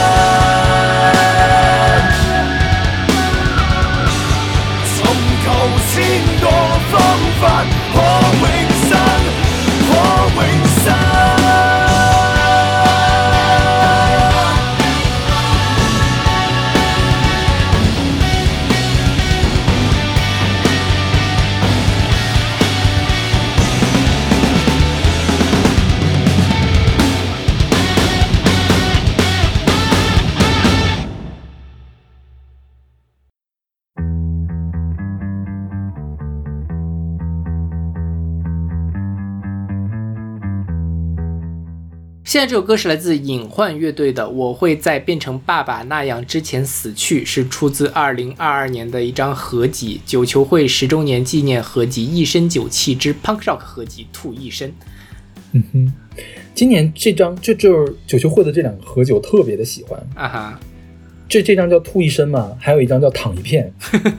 尋求千個方法可永生，可永生。 现在这首歌是来自隐幻乐队的《我会在变成爸爸那样之前死去》，是出自二零二二年的一张合集，九球会十周年纪念合集《一身酒气之 Punk Rock 合集吐一身》。 嗯哼，今年这张这就是九球会的这两个合集我特别的喜欢啊哈， 这这张叫吐一身嘛，还有一张叫躺一片，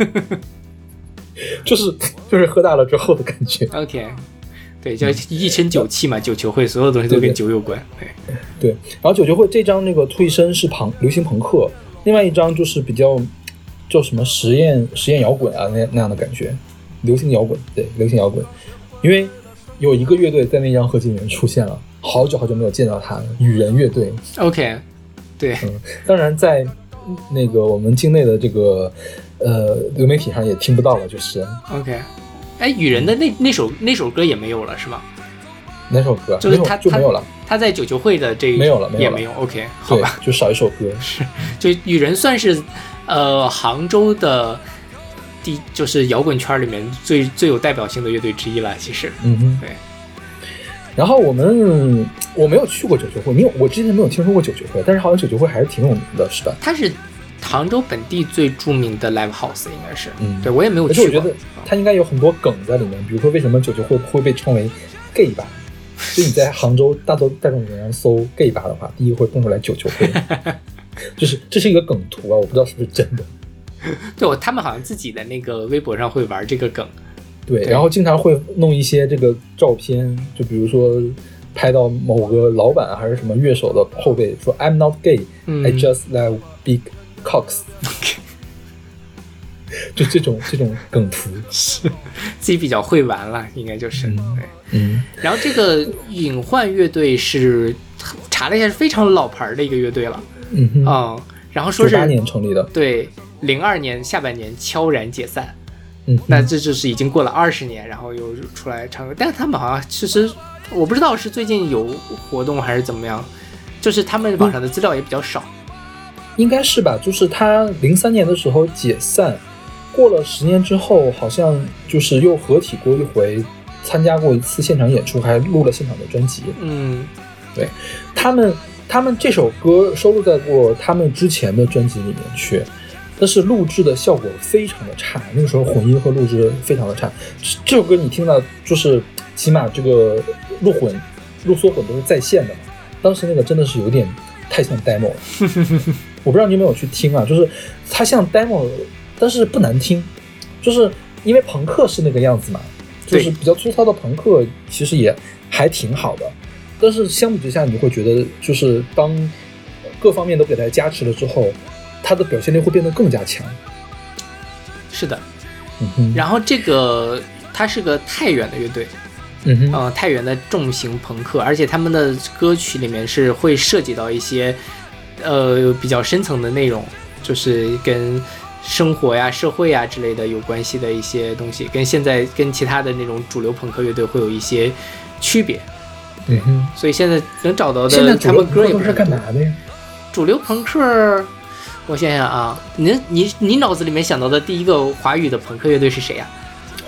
就是就是喝大了之后的感觉。 OK。对，叫一身酒气嘛，九球会所有东西都跟酒有关。对对, 对，然后九球会这张那个吐一身是朋流行朋克，另外一张就是比较叫什么实验实验摇滚啊那那样的感觉，流行摇滚，对，流行摇滚。因为有一个乐队在那张合集里面出现了，好久好久没有见到他了，雨人乐队。 OK， 对， 嗯，当然在那个我们境内的这个呃流媒体上也听不到了，就是 OK。哎，雨人的那那首那首歌也没有了是吗？ 哪首歌？ 就是他就没有了。 他在九球会的这没有了，没有了也没有。OK， 好吧， 就少一首歌。 是，就雨人算是呃杭州的第就是摇滚圈里面最最有代表性的乐队之一了。其实， 嗯哼， 对。 然后我们我没有去过九球会，你有我之前没有听说过九球会，但是好像九球会还是挺有名的，是吧？ 它是杭州本地最著名的 live house 应该是， 嗯， 对我也没有去过。 而且我觉得它应该有很多梗在里面，比如说为什么九球会会被称为 gay 吧？所以你在杭州大多大众点上搜 gay 吧的话，第一个会蹦出来九球会，就是这是一个梗图啊，我不知道是不是真的。 对，我他们好像自己的那个微博上会玩这个梗。 对，然后经常会弄一些这个照片，就比如说拍到某个老板还是什么乐手的后背，说 I'm not gay,、嗯、I just like big cocks。Okay. 就这种这种梗图， 是自己比较会玩了，应该就是、 嗯、 对， 嗯。 然后这个隐幻乐队是查了一下是非常老牌的一个乐队了， 嗯哼， 嗯，然后说是九八年成立的， 对，零二年下半年悄然解散。 嗯， 那这就是已经过了二十年，然后又出来唱歌，但是他们好像其实我不知道是最近有活动还是怎么样，就是他们网上的资料也比较少。 应该是吧，就是他零三年的时候解散，过了十年之后，好像就是又合体过一回，参加过一次现场演出，还录了现场的专辑。 嗯， 对，他们他们这首歌收录在过他们之前的专辑里面去。但是录制的效果非常的差，那个时候混音和录制非常的差。这首歌你听到就是起码这个录混、录缩混都是在线的嘛，当时那个真的是有点太像 demo 了。我不知道你有没有去听啊，就是它像 demo， 但是不难听，就是因为朋克是那个样子嘛，就是比较粗糙的朋克，其实也还挺好的。但是相比之下，你会觉得就是当各方面都给它加持了之后。他的表现力会变得更加强。 是的， 嗯哼。 然后这个他是个太原的乐队， 嗯哼， 呃，太原的重型朋克，而且他们的歌曲里面是会涉及到一些呃比较深层的内容，就是跟生活呀、社会呀之类的有关系的一些东西，跟现在跟其他的那种主流朋克乐队会有一些区别。 对，嗯、 所以现在能找到的现在他们歌也不是干嘛的呀？ 主流朋克。我想想啊，你你你脑子里面想到的第一个华语的朋克乐队是谁呀、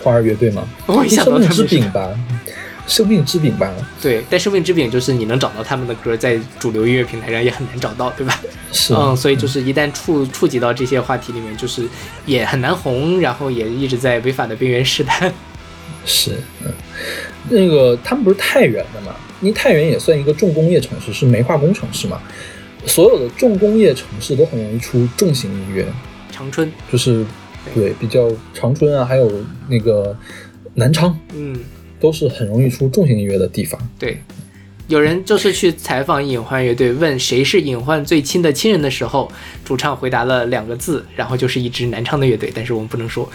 花儿乐队吗？ 我一想到生命之他们是饼吧，生命之饼吧。 对，但生命之饼就是你能找到他们的歌，在主流音乐平台上也很难找到，对吧？ 是， 嗯，所以就是一旦触触及到这些话题里面，就是也很难红，然后也一直在违法的边缘试探。 是，嗯，那个他们不是太原的嘛？因为太原也算一个重工业城市，是煤化工城市嘛。所有的重工业城市都很容易出重型音乐。 长春就是对比较长春啊，还有那个南昌， 嗯， 都是很容易出重型音乐的地方。 对，有人就是去采访隐患乐队，问谁是隐患最亲的亲人的时候，主唱回答了两个字，然后就是一支南昌的乐队，但是我们不能说。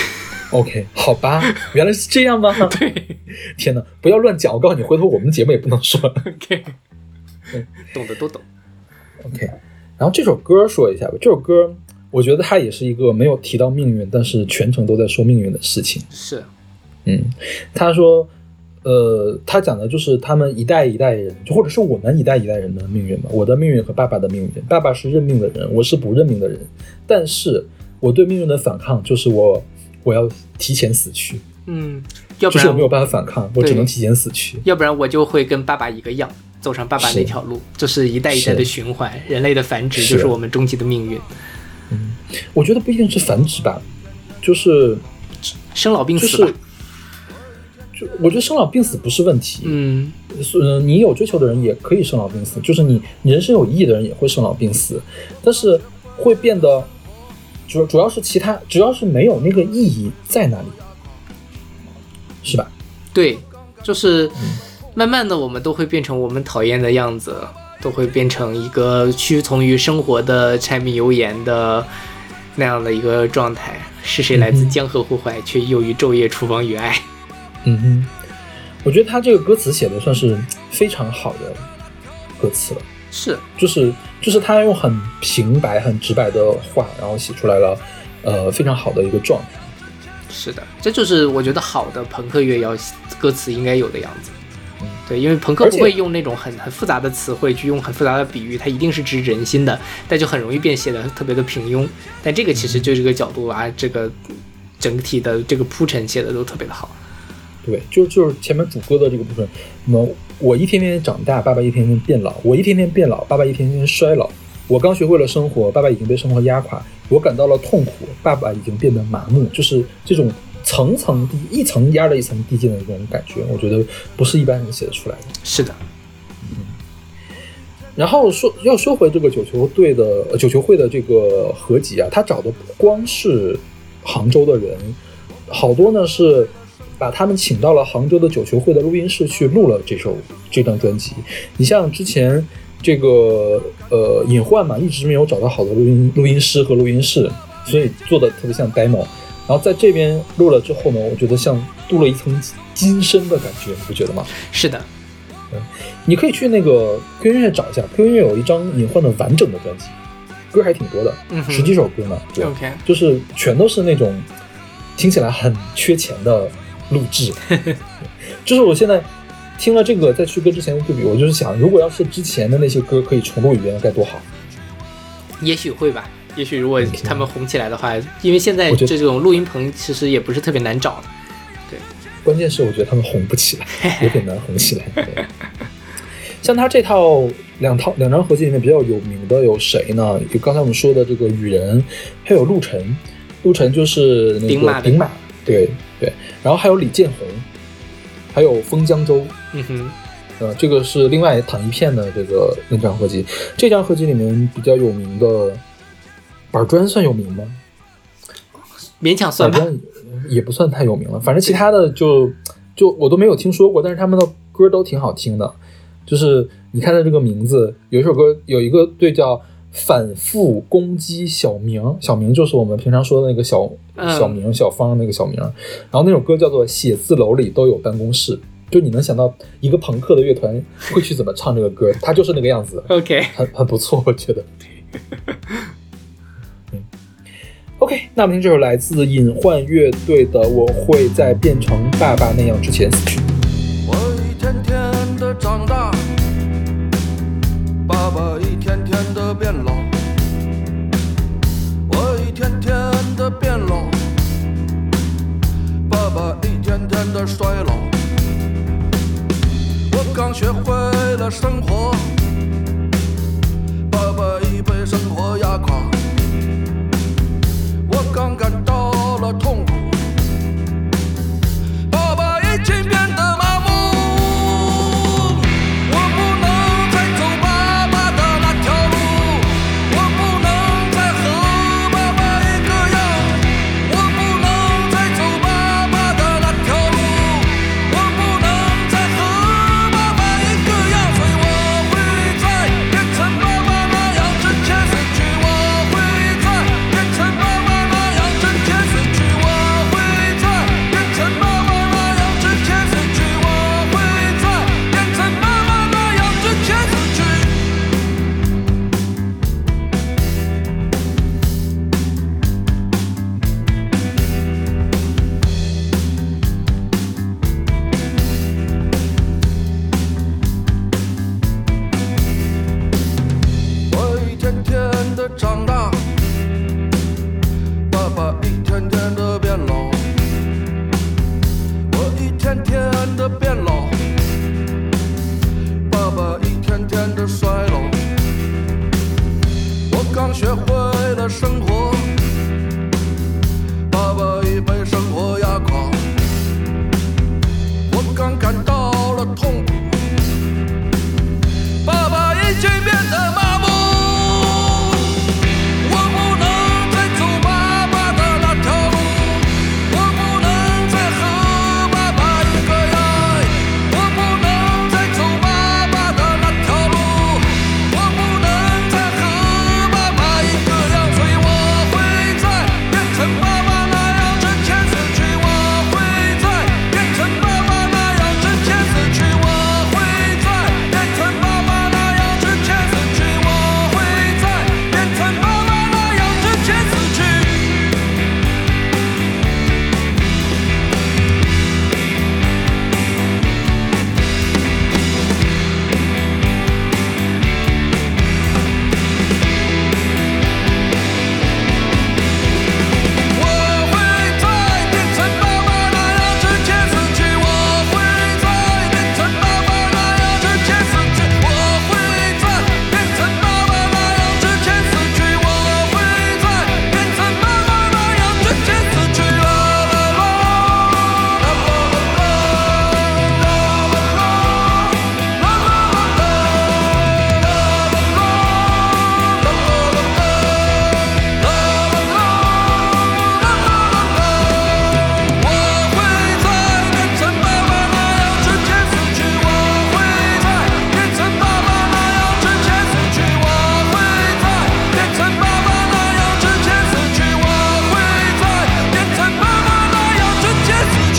OK， 好吧，原来是这样吗？ 对， 天哪，不要乱讲，我告诉你，回头我们节目也不能说。 OK， 懂的都懂。 OK， 然后这首歌说一下吧，这首歌我觉得它也是一个没有提到命运，但是全程都在说命运的事情。 是， 嗯，他说，呃，他讲的就是他们一代一代人，就或者是我们一代一代人的命运嘛。我的命运和爸爸的命运，爸爸是认命的人，我是不认命的人，但是我对命运的反抗就是我我要提前死去。 嗯，要不然就是我没有办法反抗，我只能提前死去。 要不然我就会跟爸爸一个样，走上爸爸那条路，就是一代一代的循环，人类的繁殖就是我们终极的命运。 嗯，我觉得不一定是繁殖吧，就是生老病死吧。 就我觉得生老病死不是问题。 嗯， 呃，你有追求的人也可以生老病死，就是你人生有意义的人也会生老病死，但是会变得主主要是其他，只要是没有那个意义在那里，是吧？ 对，就是慢慢的我们都会变成我们讨厌的样子，都会变成一个屈从于生活的柴米油盐的那样的一个状态。是谁来自江河湖海，却又于昼夜厨房与爱。 嗯哼，我觉得他这个歌词写的算是非常好的歌词了。 是， 就是就是他用很平白、很直白的话，然后写出来了，呃，非常好的一个状态。 是的，这就是我觉得好的朋克乐要歌词应该有的样子。嗯，对，因为朋克不会用那种很很复杂的词汇去用很复杂的比喻，它一定是指人心的，但就很容易变写的特别的平庸。但这个其实就这个角度啊，这个整体的这个铺陈写的都特别的好。 对，就就是前面主歌的这个部分，那么我一天天长大，爸爸一天天变老；我一天天变老，爸爸一天天衰老。我刚学会了生活，爸爸已经被生活压垮；我感到了痛苦，爸爸已经变得麻木。就是这种层层递一层压了一层递进的这种感觉，我觉得不是一般人写得出来的。 是的， 嗯。然后说要说回这个九球队的、呃、九球会的这个合集啊，他找的不光是杭州的人，好多呢是把他们请到了杭州的九球会的录音室去录了这首这张专辑。你像之前这个呃隐患嘛，一直没有找到好的录音录音师和录音室，所以做的特别像 demo。然后在这边录了之后呢，我觉得像镀了一层金身的感觉，你不觉得吗？ 是的。 嗯，你可以去那个 Q Q 音乐找一下 ，Q Q 音乐有一张隐患的完整的专辑，歌还挺多的， 嗯、 十几首歌呢。对 ，OK， 就是全都是那种听起来很缺钱的录制。就是我现在听了这个再去跟之前的对比，我就是想，如果要是之前的那些歌可以重录一遍该多好。 也许会吧，也许如果他们红起来的话，因为现在这种录音棚其实也不是特别难找。对， 关键是我觉得他们红不起来，有点难红起来。对，像他这套两套两张合集里面比较有名的有谁呢？有刚才我们说的这个雨人，还有陆晨。陆晨就是那个顶马，对对，然后还有李建宏，还有封江州。 嗯哼， 呃，这个是另外躺一片的这个那张合集。这张合集里面比较有名的板砖算有名吗？ 勉强算吧， 板砖也不算太有名了。反正其他的就就我都没有听说过，但是他们的歌都挺好听的。就是你看的这个名字，有一首歌有一个队叫反复攻击小明，小明就是我们平常说的那个小小明小方那个小明，然后那首歌叫做写字楼里都有办公室，就你能想到一个朋克的乐团会去怎么唱这个歌，他就是那个样子。 OK， 很很不错，我觉得。嗯 OK， 那我们听这首来自隐患乐队的《我会在变成爸爸那样之前死去》。 我一天天的长大，爸爸一天天的变老，我一天天的变老，爸爸爸一天天的衰老，我刚学会了生活，爸爸已被生活压垮，我刚感到了痛苦，爸爸已经变得麻木，我不能再走爸爸的那条路，我不能再和爸爸一个样，我不能再走爸爸的那条路，我不能再和爸爸一个样，所以我会在变成爸爸那样之前死去，我会在变成爸爸那样之前死去，我会在变成爸爸那样之前死去，我会在变成爸爸那样之前死去。我一天天的长大，爸爸一天天的变老，我一天天的变老，爸爸一天天的衰老，我刚学会了生活，爸爸已被生活压垮，我刚感到了痛苦，爸爸已经变得麻木，我不能再走爸爸的那条路，我不能再和爸爸一个样，我不能再走爸爸的那条路，我不能再和爸爸一个样，所以我会在变成爸爸那样之前死去，我会在变成爸爸那样之前死去，我会在变成爸爸那样之前死去，我会在变成爸爸那样之前死去。我会在变成爸爸那样之前死去，我会在变成爸爸那样之前死去，我会在变成爸爸那样之前死去，我会在变成爸爸那样之前死去。啦啦啦，啦啦啦，啦啦啦，啦啦啦，我会在变成爸爸那样之前死去，我会在变成爸爸那样之前死去，我会在变成爸爸那样之前死去，我会在变成爸爸那样之前死去。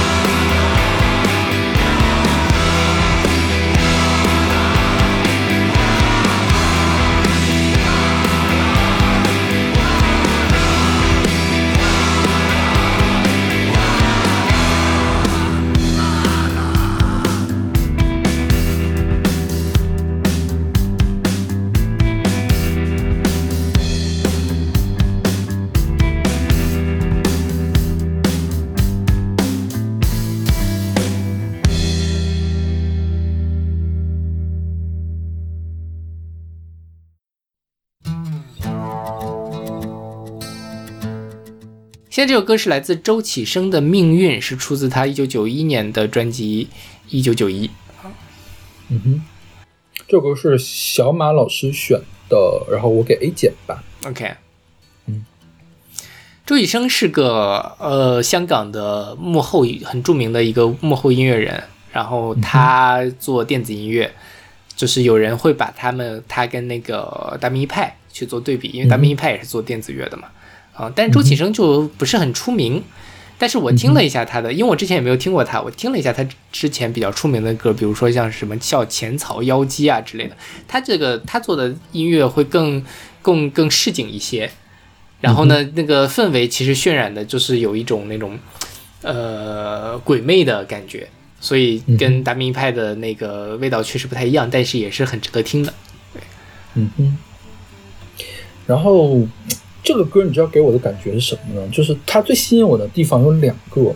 现在这首歌是来自周启生的《命运》，是出自他一九九一年的专辑《一九九一》。 嗯哼，这首歌是小马老师选的，然后我给 A 减吧。 OK， 嗯， 周启生是个呃香港的幕后很著名的一个幕后音乐人，然后他做电子音乐，就是有人会把他们他跟那个达明一派去做对比，因为达明一派也是做电子乐的嘛。啊，但是周启生就不是很出名，但是我听了一下他的，因为我之前也没有听过他，我听了一下他之前比较出名的歌，比如说像什么叫浅草妖姬啊之类的，他这个他做的音乐会更更更市井一些，然后呢，那个氛围其实渲染的就是有一种那种呃鬼魅的感觉，所以跟达明一派的那个味道确实不太一样，但是也是很值得听的。对， 嗯哼，然后。这个歌你知道给我的感觉是什么呢？就是它最吸引我的地方有两个，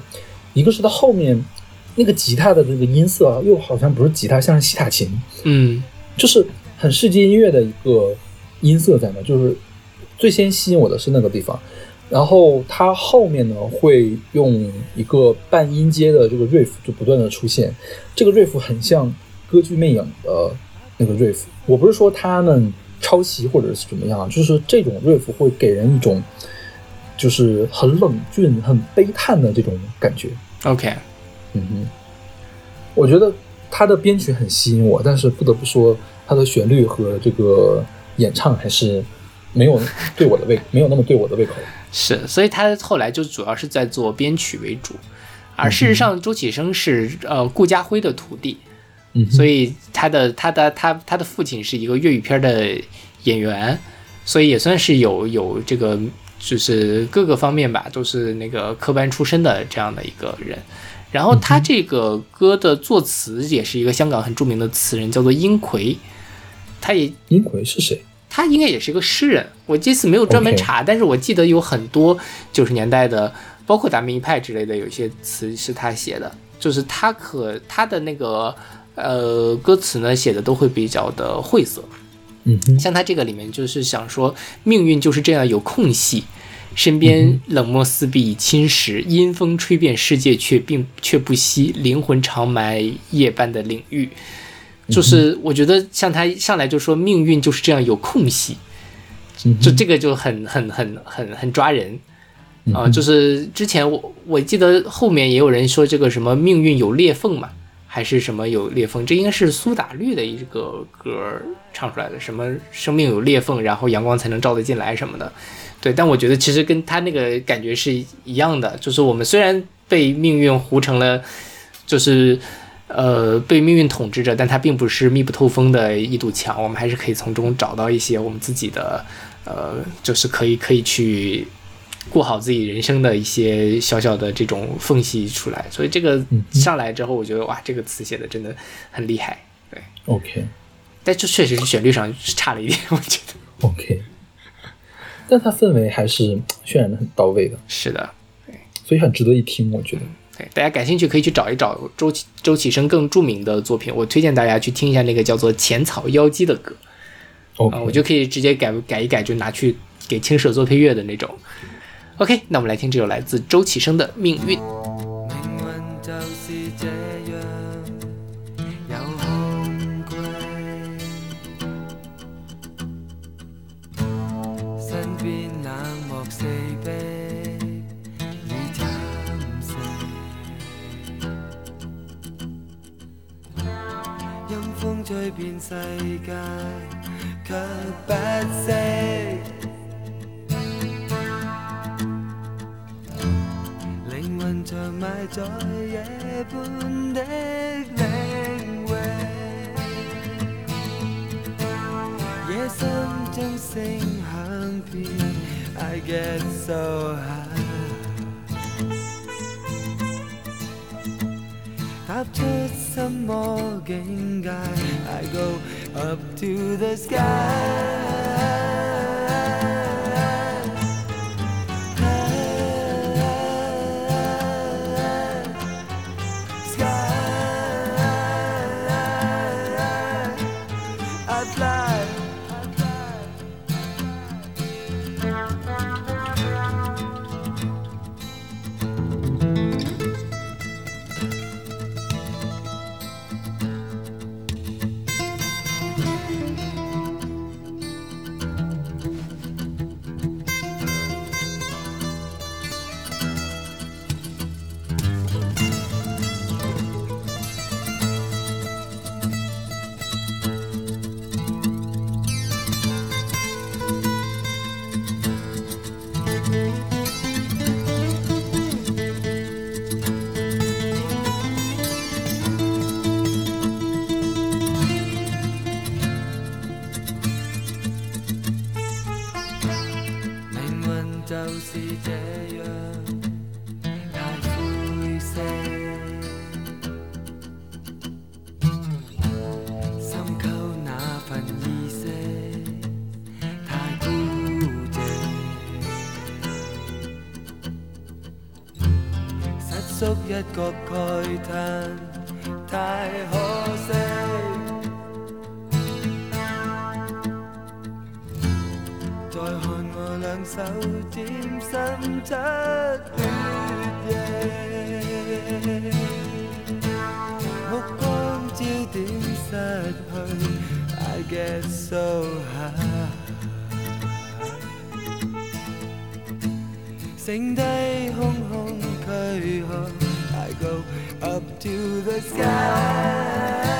一个是它后面那个吉他的这个音色啊，又好像不是吉他，像是西塔琴， 嗯， 就是很世界音乐的一个音色在那，就是最先吸引我的是那个地方。然后它后面呢会用一个半音阶的这个 riff 就不断的出现，这个 riff 很像歌剧魅影的那个 riff， 我不是说他们抄袭或者是怎么样，就是这种 riff 会给人一种就是很冷峻很悲叹的这种感觉。 OK， 嗯哼，我觉得他的编曲很吸引我，但是不得不说他的旋律和这个演唱还是没有对我的胃没有那么对我的胃口。 是，所以他后来就主要是在做编曲为主，而事实上周启生是呃顾嘉辉的徒弟， 嗯， 所以他的他的他他的父亲是一个粤语片的演员，所以也算是有有这个就是各个方面吧，都是那个科班出身的这样的一个人。然后他这个歌的作词也是一个香港很著名的词人，叫做殷葵，他也殷葵是谁？ 他应该也是一个诗人，我这次没有专门查， okay. 但是我记得有很多九十年代的，包括达明一派之类的，有一些词是他写的，就是他可他的那个呃歌词呢写的都会比较的晦涩， 嗯哼， 像他这个里面就是想说命运就是这样有空隙，身边冷漠四壁已侵蚀，阴风吹遍世界却并却不息，灵魂长埋夜般的领域。就是我觉得像他上来就说命运就是这样有空隙，就这个就很很很很很抓人啊、呃！就是之前我我记得后面也有人说这个什么命运有裂缝嘛，还是什么有裂缝，这应该是苏打绿的一个歌唱出来的，什么生命有裂缝，然后阳光才能照得进来什么的。对，但我觉得其实跟他那个感觉是一样的，就是我们虽然被命运糊成了，就是呃被命运统治着，但它并不是密不透风的一堵墙，我们还是可以从中找到一些我们自己的呃，就是可以可以去过好自己人生的一些小小的这种缝隙出来。所以这个上来之后，我觉得哇，这个词写的真的很厉害。对 ，OK， 但这确实是旋律上差了一点，我觉得。 OK， 但它氛围还是渲染的很到位的。 是的，对， 所以很值得一听，我觉得。 对，大家感兴趣可以去找一找周周启生更著名的作品，我推荐大家去听一下那个叫做《浅草妖姬》的歌。 OK，、 呃、我就可以直接改改一改，就拿去给青蛇做配乐的那種。OK， 那我們來聽這首來自周啟生的《命運》。 命運就是這樣有空隙，身邊冷漠四壁已蠶食，陰風吹遍世界卻不息，靈魂長埋在夜半的領域，夜深中聲響遍 I get so high， 踏出什麼境界 I go up to the sky， 一個慨嘆，太可惜。再看我兩手點心出血液，目光焦點失去 I get so high， 剩低空空軀殼 I go up to the sky。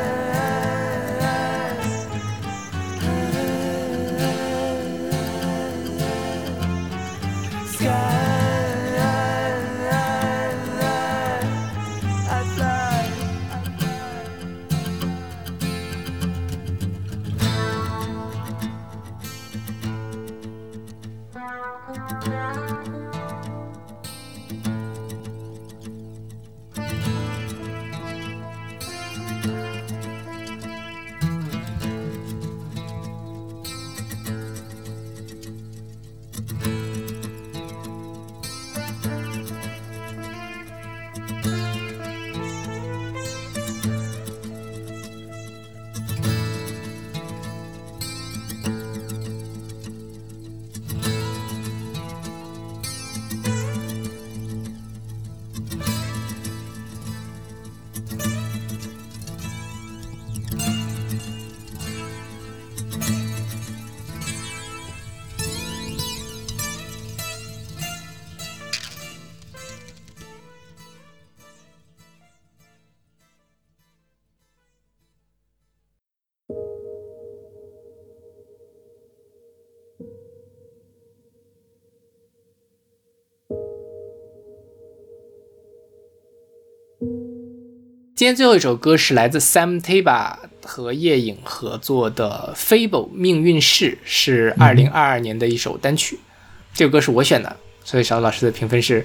今天最后一首歌是来自 Sam Teba 和夜影合作的 Fable 命运式，是二零二二年的一首单曲、嗯、这首歌是我选的，所以小老师的评分是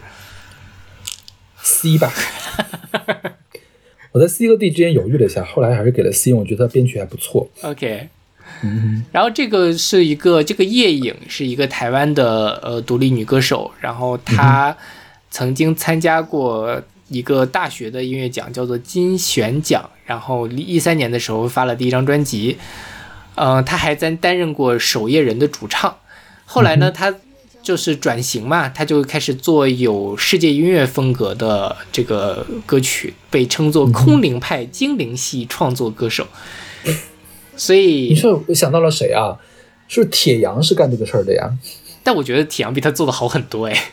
C 吧。我在 C 和 D 之间犹豫了一下，后来还是给了 C， 我觉得编曲还不错。 OK， 嗯， 然后这个是一个这个夜影是一个台湾的呃独立女歌手，然后她曾经参加过一个大学的音乐奖，叫做金旋奖，然后一三年的时候发了第一张专辑，呃，他还在担任过守夜人的主唱。后来呢，他就是转型嘛，他就开始做有世界音乐风格的这个歌曲，被称作空灵派精灵系创作歌手。所以你说我想到了谁啊？是不是铁阳是干这个事儿的呀？ 但我觉得铁阳比他做的好很多哎。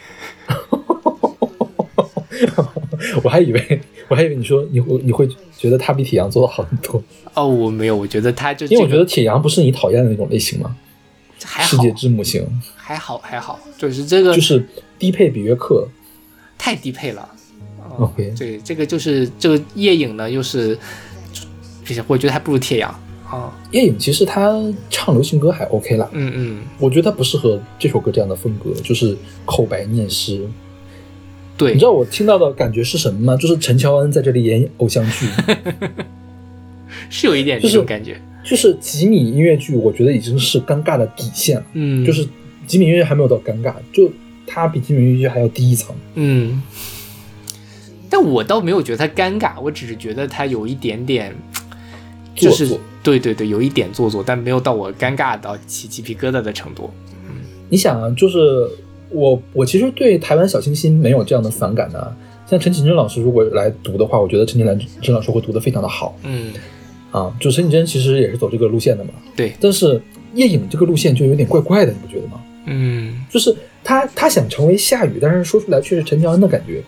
我还以为我还以为你说你会你会觉得他比铁阳做的好很多。 哦，我没有，我觉得他就、这个、 因为我觉得铁阳不是你讨厌的那种类型吗？ 还好， 世界之母型还好还好，就是这个就是低配比约克， 太低配了。 嗯、OK， 对，这个就是这个夜影呢，又是我觉得还不如铁阳啊。 夜影其实他唱流行歌还 OK 啦， 嗯嗯， 我觉得他不适合这首歌这样的风格，就是口白念诗。 对， 你知道我听到的感觉是什么吗？就是陈乔恩在这里演偶像剧， 是有一点这种感觉。 就是、就是吉米音乐剧，我觉得已经是尴尬的底线了。 嗯， 就是吉米音乐还没有到尴尬，就他比吉米音乐剧还要低一层。 嗯，但我倒没有觉得他尴尬，我只是觉得他有一点点，就是做作。 对对对，有一点做作，但没有到我尴尬到起鸡皮疙瘩的程度。嗯， 你想啊，就是。我我其实对台湾小清新没有这样的反感啊，像陈绮贞老师如果来读的话，我觉得陈绮贞老师会读得非常的好。 嗯， 啊，就陈绮贞其实也是走这个路线的嘛。 对， 但是夜影这个路线就有点怪怪的，你不觉得吗？ 嗯， 就是他他想成为夏雨，但是说出来却是陈乔恩的感觉。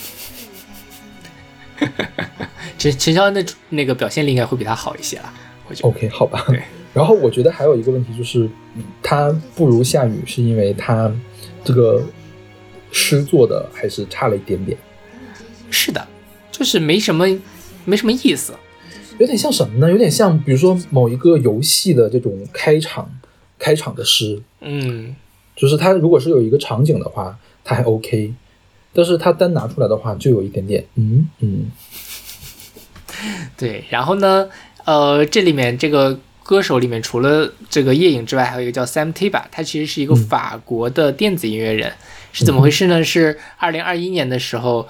陈陈乔恩的那个表现力应该会比他好一些啦，我觉得。 OK， 好吧。 对。 然后我觉得还有一个问题就是，他不如夏雨，是因为他这个诗做的还是差了一点点。 是的，就是没什么没什么意思。 有点像什么呢？有点像比如说某一个游戏的这种开场开场的诗。 嗯， 就是他如果是有一个场景的话，他还 OK， 但是他单拿出来的话，就有一点点嗯嗯。 对，然后呢，呃，这里面这个。歌手里面除了这个夜影之外，还有一个叫 Sam Teba， 他其实是一个法国的电子音乐人。嗯、是怎么回事呢？是二零二一年的时候，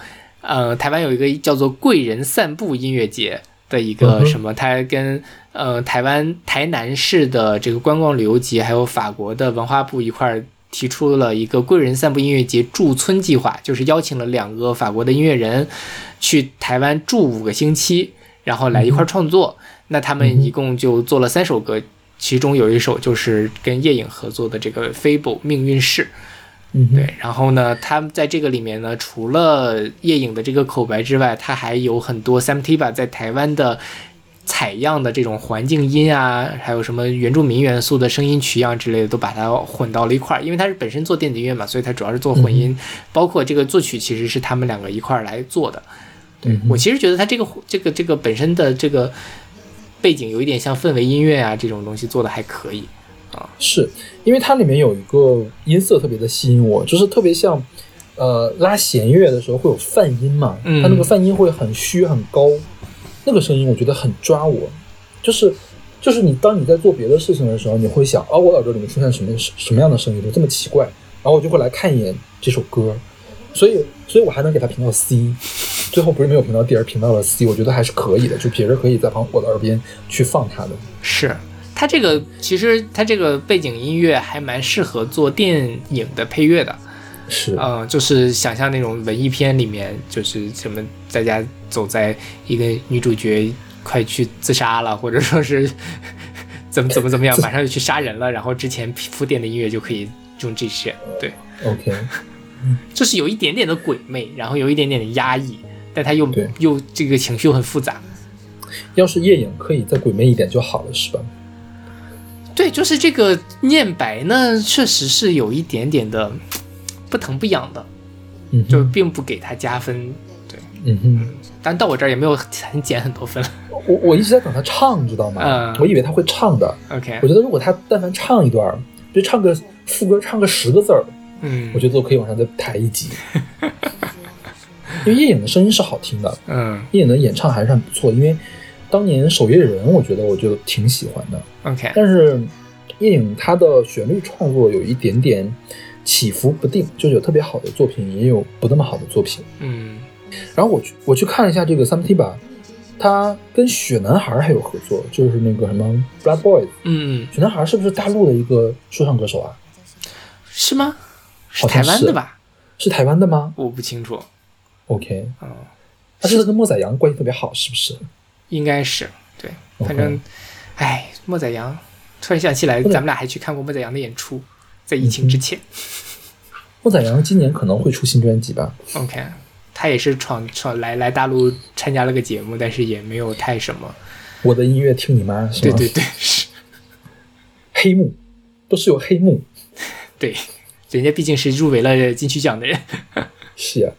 呃，台湾有一个叫做贵人散步音乐节的一个什么，嗯、它跟呃台湾台南市的这个观光旅游局还有法国的文化部一块儿提出了一个贵人散步音乐节驻村计划，就是邀请了两个法国的音乐人去台湾住五个星期，然后来一块创作。嗯、那他们一共就做了三首歌，其中有一首就是跟夜影合作的这个《Fable 命运式》。 嗯， 对。然后呢，他们在这个里面呢，除了夜影的这个口白之外，他还有很多 Samtiva 在台湾的采样的这种环境音啊，还有什么原住民元素的声音取样之类的，都把它混到了一块儿。因为他是本身做电子音乐嘛，所以他主要是做混音，嗯、包括这个作曲其实是他们两个一块儿来做的。对、嗯、我其实觉得他这个这个这个本身的这个背景有一点像氛围音乐啊这种东西做的还可以啊。 是因为它里面有一个音色特别的吸引我，就是特别像呃拉弦乐的时候会有泛音嘛，嗯、它那个泛音会很虚很高。那个声音我觉得很抓我，就是就是你当你在做别的事情的时候，你会想哦，我耳朵里面出现什么什么样的声音都这么奇怪，然后我就会来看一眼这首歌，所以所以我还能给它评到 C， 最后不是没有评到 D 而评到了 C， 我觉得还是可以的，就别人可以在旁我的耳边去放它的。 是它这个其实它这个背景音乐还蛮适合做电影的配乐的。 是， 嗯，就是想象那种文艺片里面，就是什么大家走在一个女主角快去自杀了，或者说是怎么怎么怎么样，马上就去杀人了，然后之前铺垫的音乐就可以用这些，对 ，OK， 就是有一点点的鬼魅，然后有一点点的压抑，但它又又这个情绪又很复杂。 要是夜影可以再鬼魅一点就好了，是吧？ 对，就是这个念白呢，确实是有一点点的不疼不痒的， 嗯， 就并不给他加分，对， 嗯哼， 但到我这儿也没有很减很多分了。 我我一直在等他唱，知道吗？ 嗯， 我以为他会唱的。 OK， 我觉得如果他但凡唱一段，就唱个副歌，唱个十个字儿， 嗯， 我觉得都可以往上再抬一级。因为夜影的声音是好听的， 嗯， 夜影的演唱还是很不错。因为当年守夜人，我觉得我就挺喜欢的。 OK， 但是夜影它的旋律创作有一点点起伏不定，就是有特别好的作品，也有不那么好的作品。 嗯， 然后我去我去看了一下这个 Samtiva， 他跟雪男孩还有合作，就是那个什么 Blood Boys。 嗯， 雪男孩是不是大陆的一个说唱歌手啊？ 是吗？是台湾的吧？ 是台湾的吗？ 我不清楚。 OK， 嗯， 他是跟莫宰阳关系特别好，是不是？ 应该是，对，反正，哎，莫宰阳，突然想起来，咱们俩还去看过莫宰阳的演出，在疫情之前。 嗯、莫宰阳今年可能会出新专辑吧 ？OK， 他也是闯闯来来大陆参加了个节目，但是也没有太什么。 我的音乐听你妈，是吗？ 对对对，是。 黑幕，都是有黑幕。 对，人家毕竟是入围了金曲奖的人。 是啊。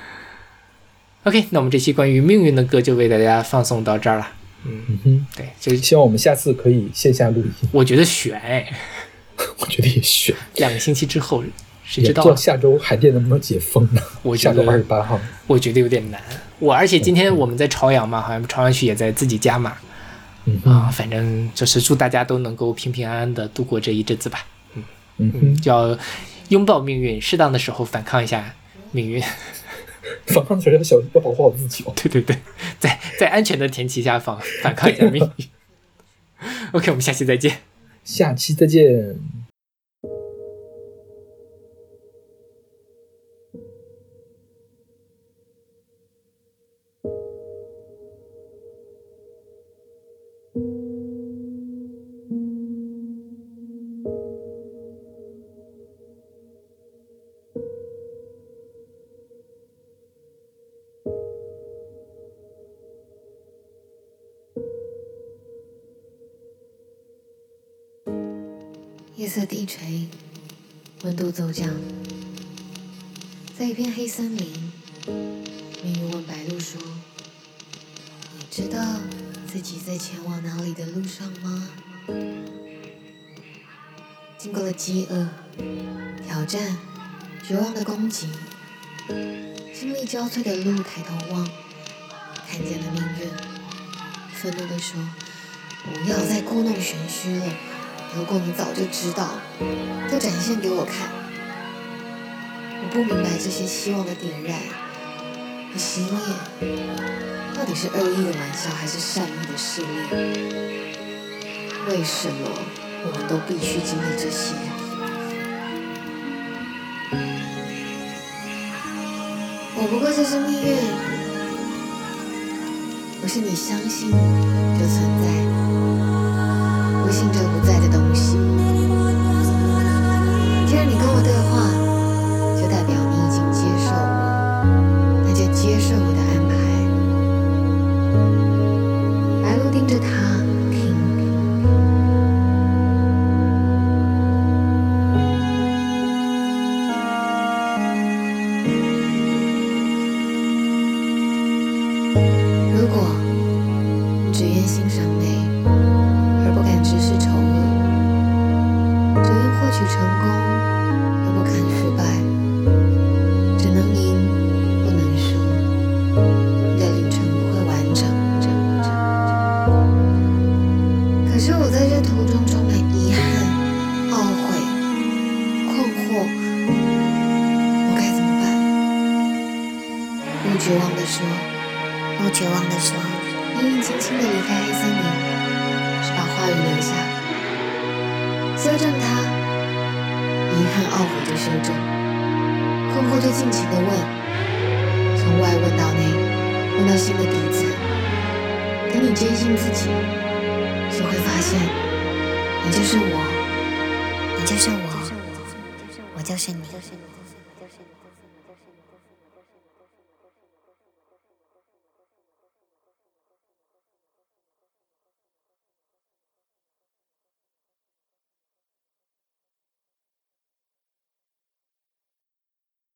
OK， 那我们这期关于命运的歌就为大家放送到这儿了。嗯嗯哼， 对，就希望我们下次可以线下录音。 我觉得悬哎， 我觉得也悬。 两个星期之后，谁知道？ 也不知道下周海淀能不能解封呢？ 我觉得下周二十八号， 我觉得有点难。我而且今天我们在朝阳嘛，好像朝阳区也在自己加码。 嗯啊，反正就是祝大家都能够平平安安的度过这一阵子吧。嗯嗯嗯，就要拥抱命运，适当的时候反抗一下命运。 反抗的时候要小心，要保护好自己哦。 对对对，在在安全的前提下反反抗一下命运。OK， 我们下期再见。 下期再见。 夜色低垂，温度骤降，在一片黑森林，命运问白鹭说：“你知道自己在前往哪里的路上吗？”经过了饥饿、挑战、绝望的攻击，心力交瘁的鹿抬头望，看见了命运，愤怒地说：“不要再故弄玄虚了。如果你早就知道，就展现给我看。我不明白这些希望的点燃， 和熄灭，到底是恶意的玩笑还是善意的试炼？为什么我们都必须经历这些？我不过就是命运，不是你相信就存在，不信就不在的东西。既然你跟我对话，就代表你已经接受我，那就接受我的安排。白鹿盯着他听。如果你只愿欣赏美，而不敢直视丑恶，只愿获取成功，而不堪失败，只能赢不能输，你的旅程不会完整。可是我在这途中充满遗憾、懊悔、困惑，我该怎么办？我绝望地说。我绝望地说，阴阴轻轻地离开黑森林，是把话语留下，修正它，遗憾懊悔就修正，困惑就尽情地问，从外问到内，问到心的底层。等你坚信自己，就会发现，你就是我，你就是我，我就是你。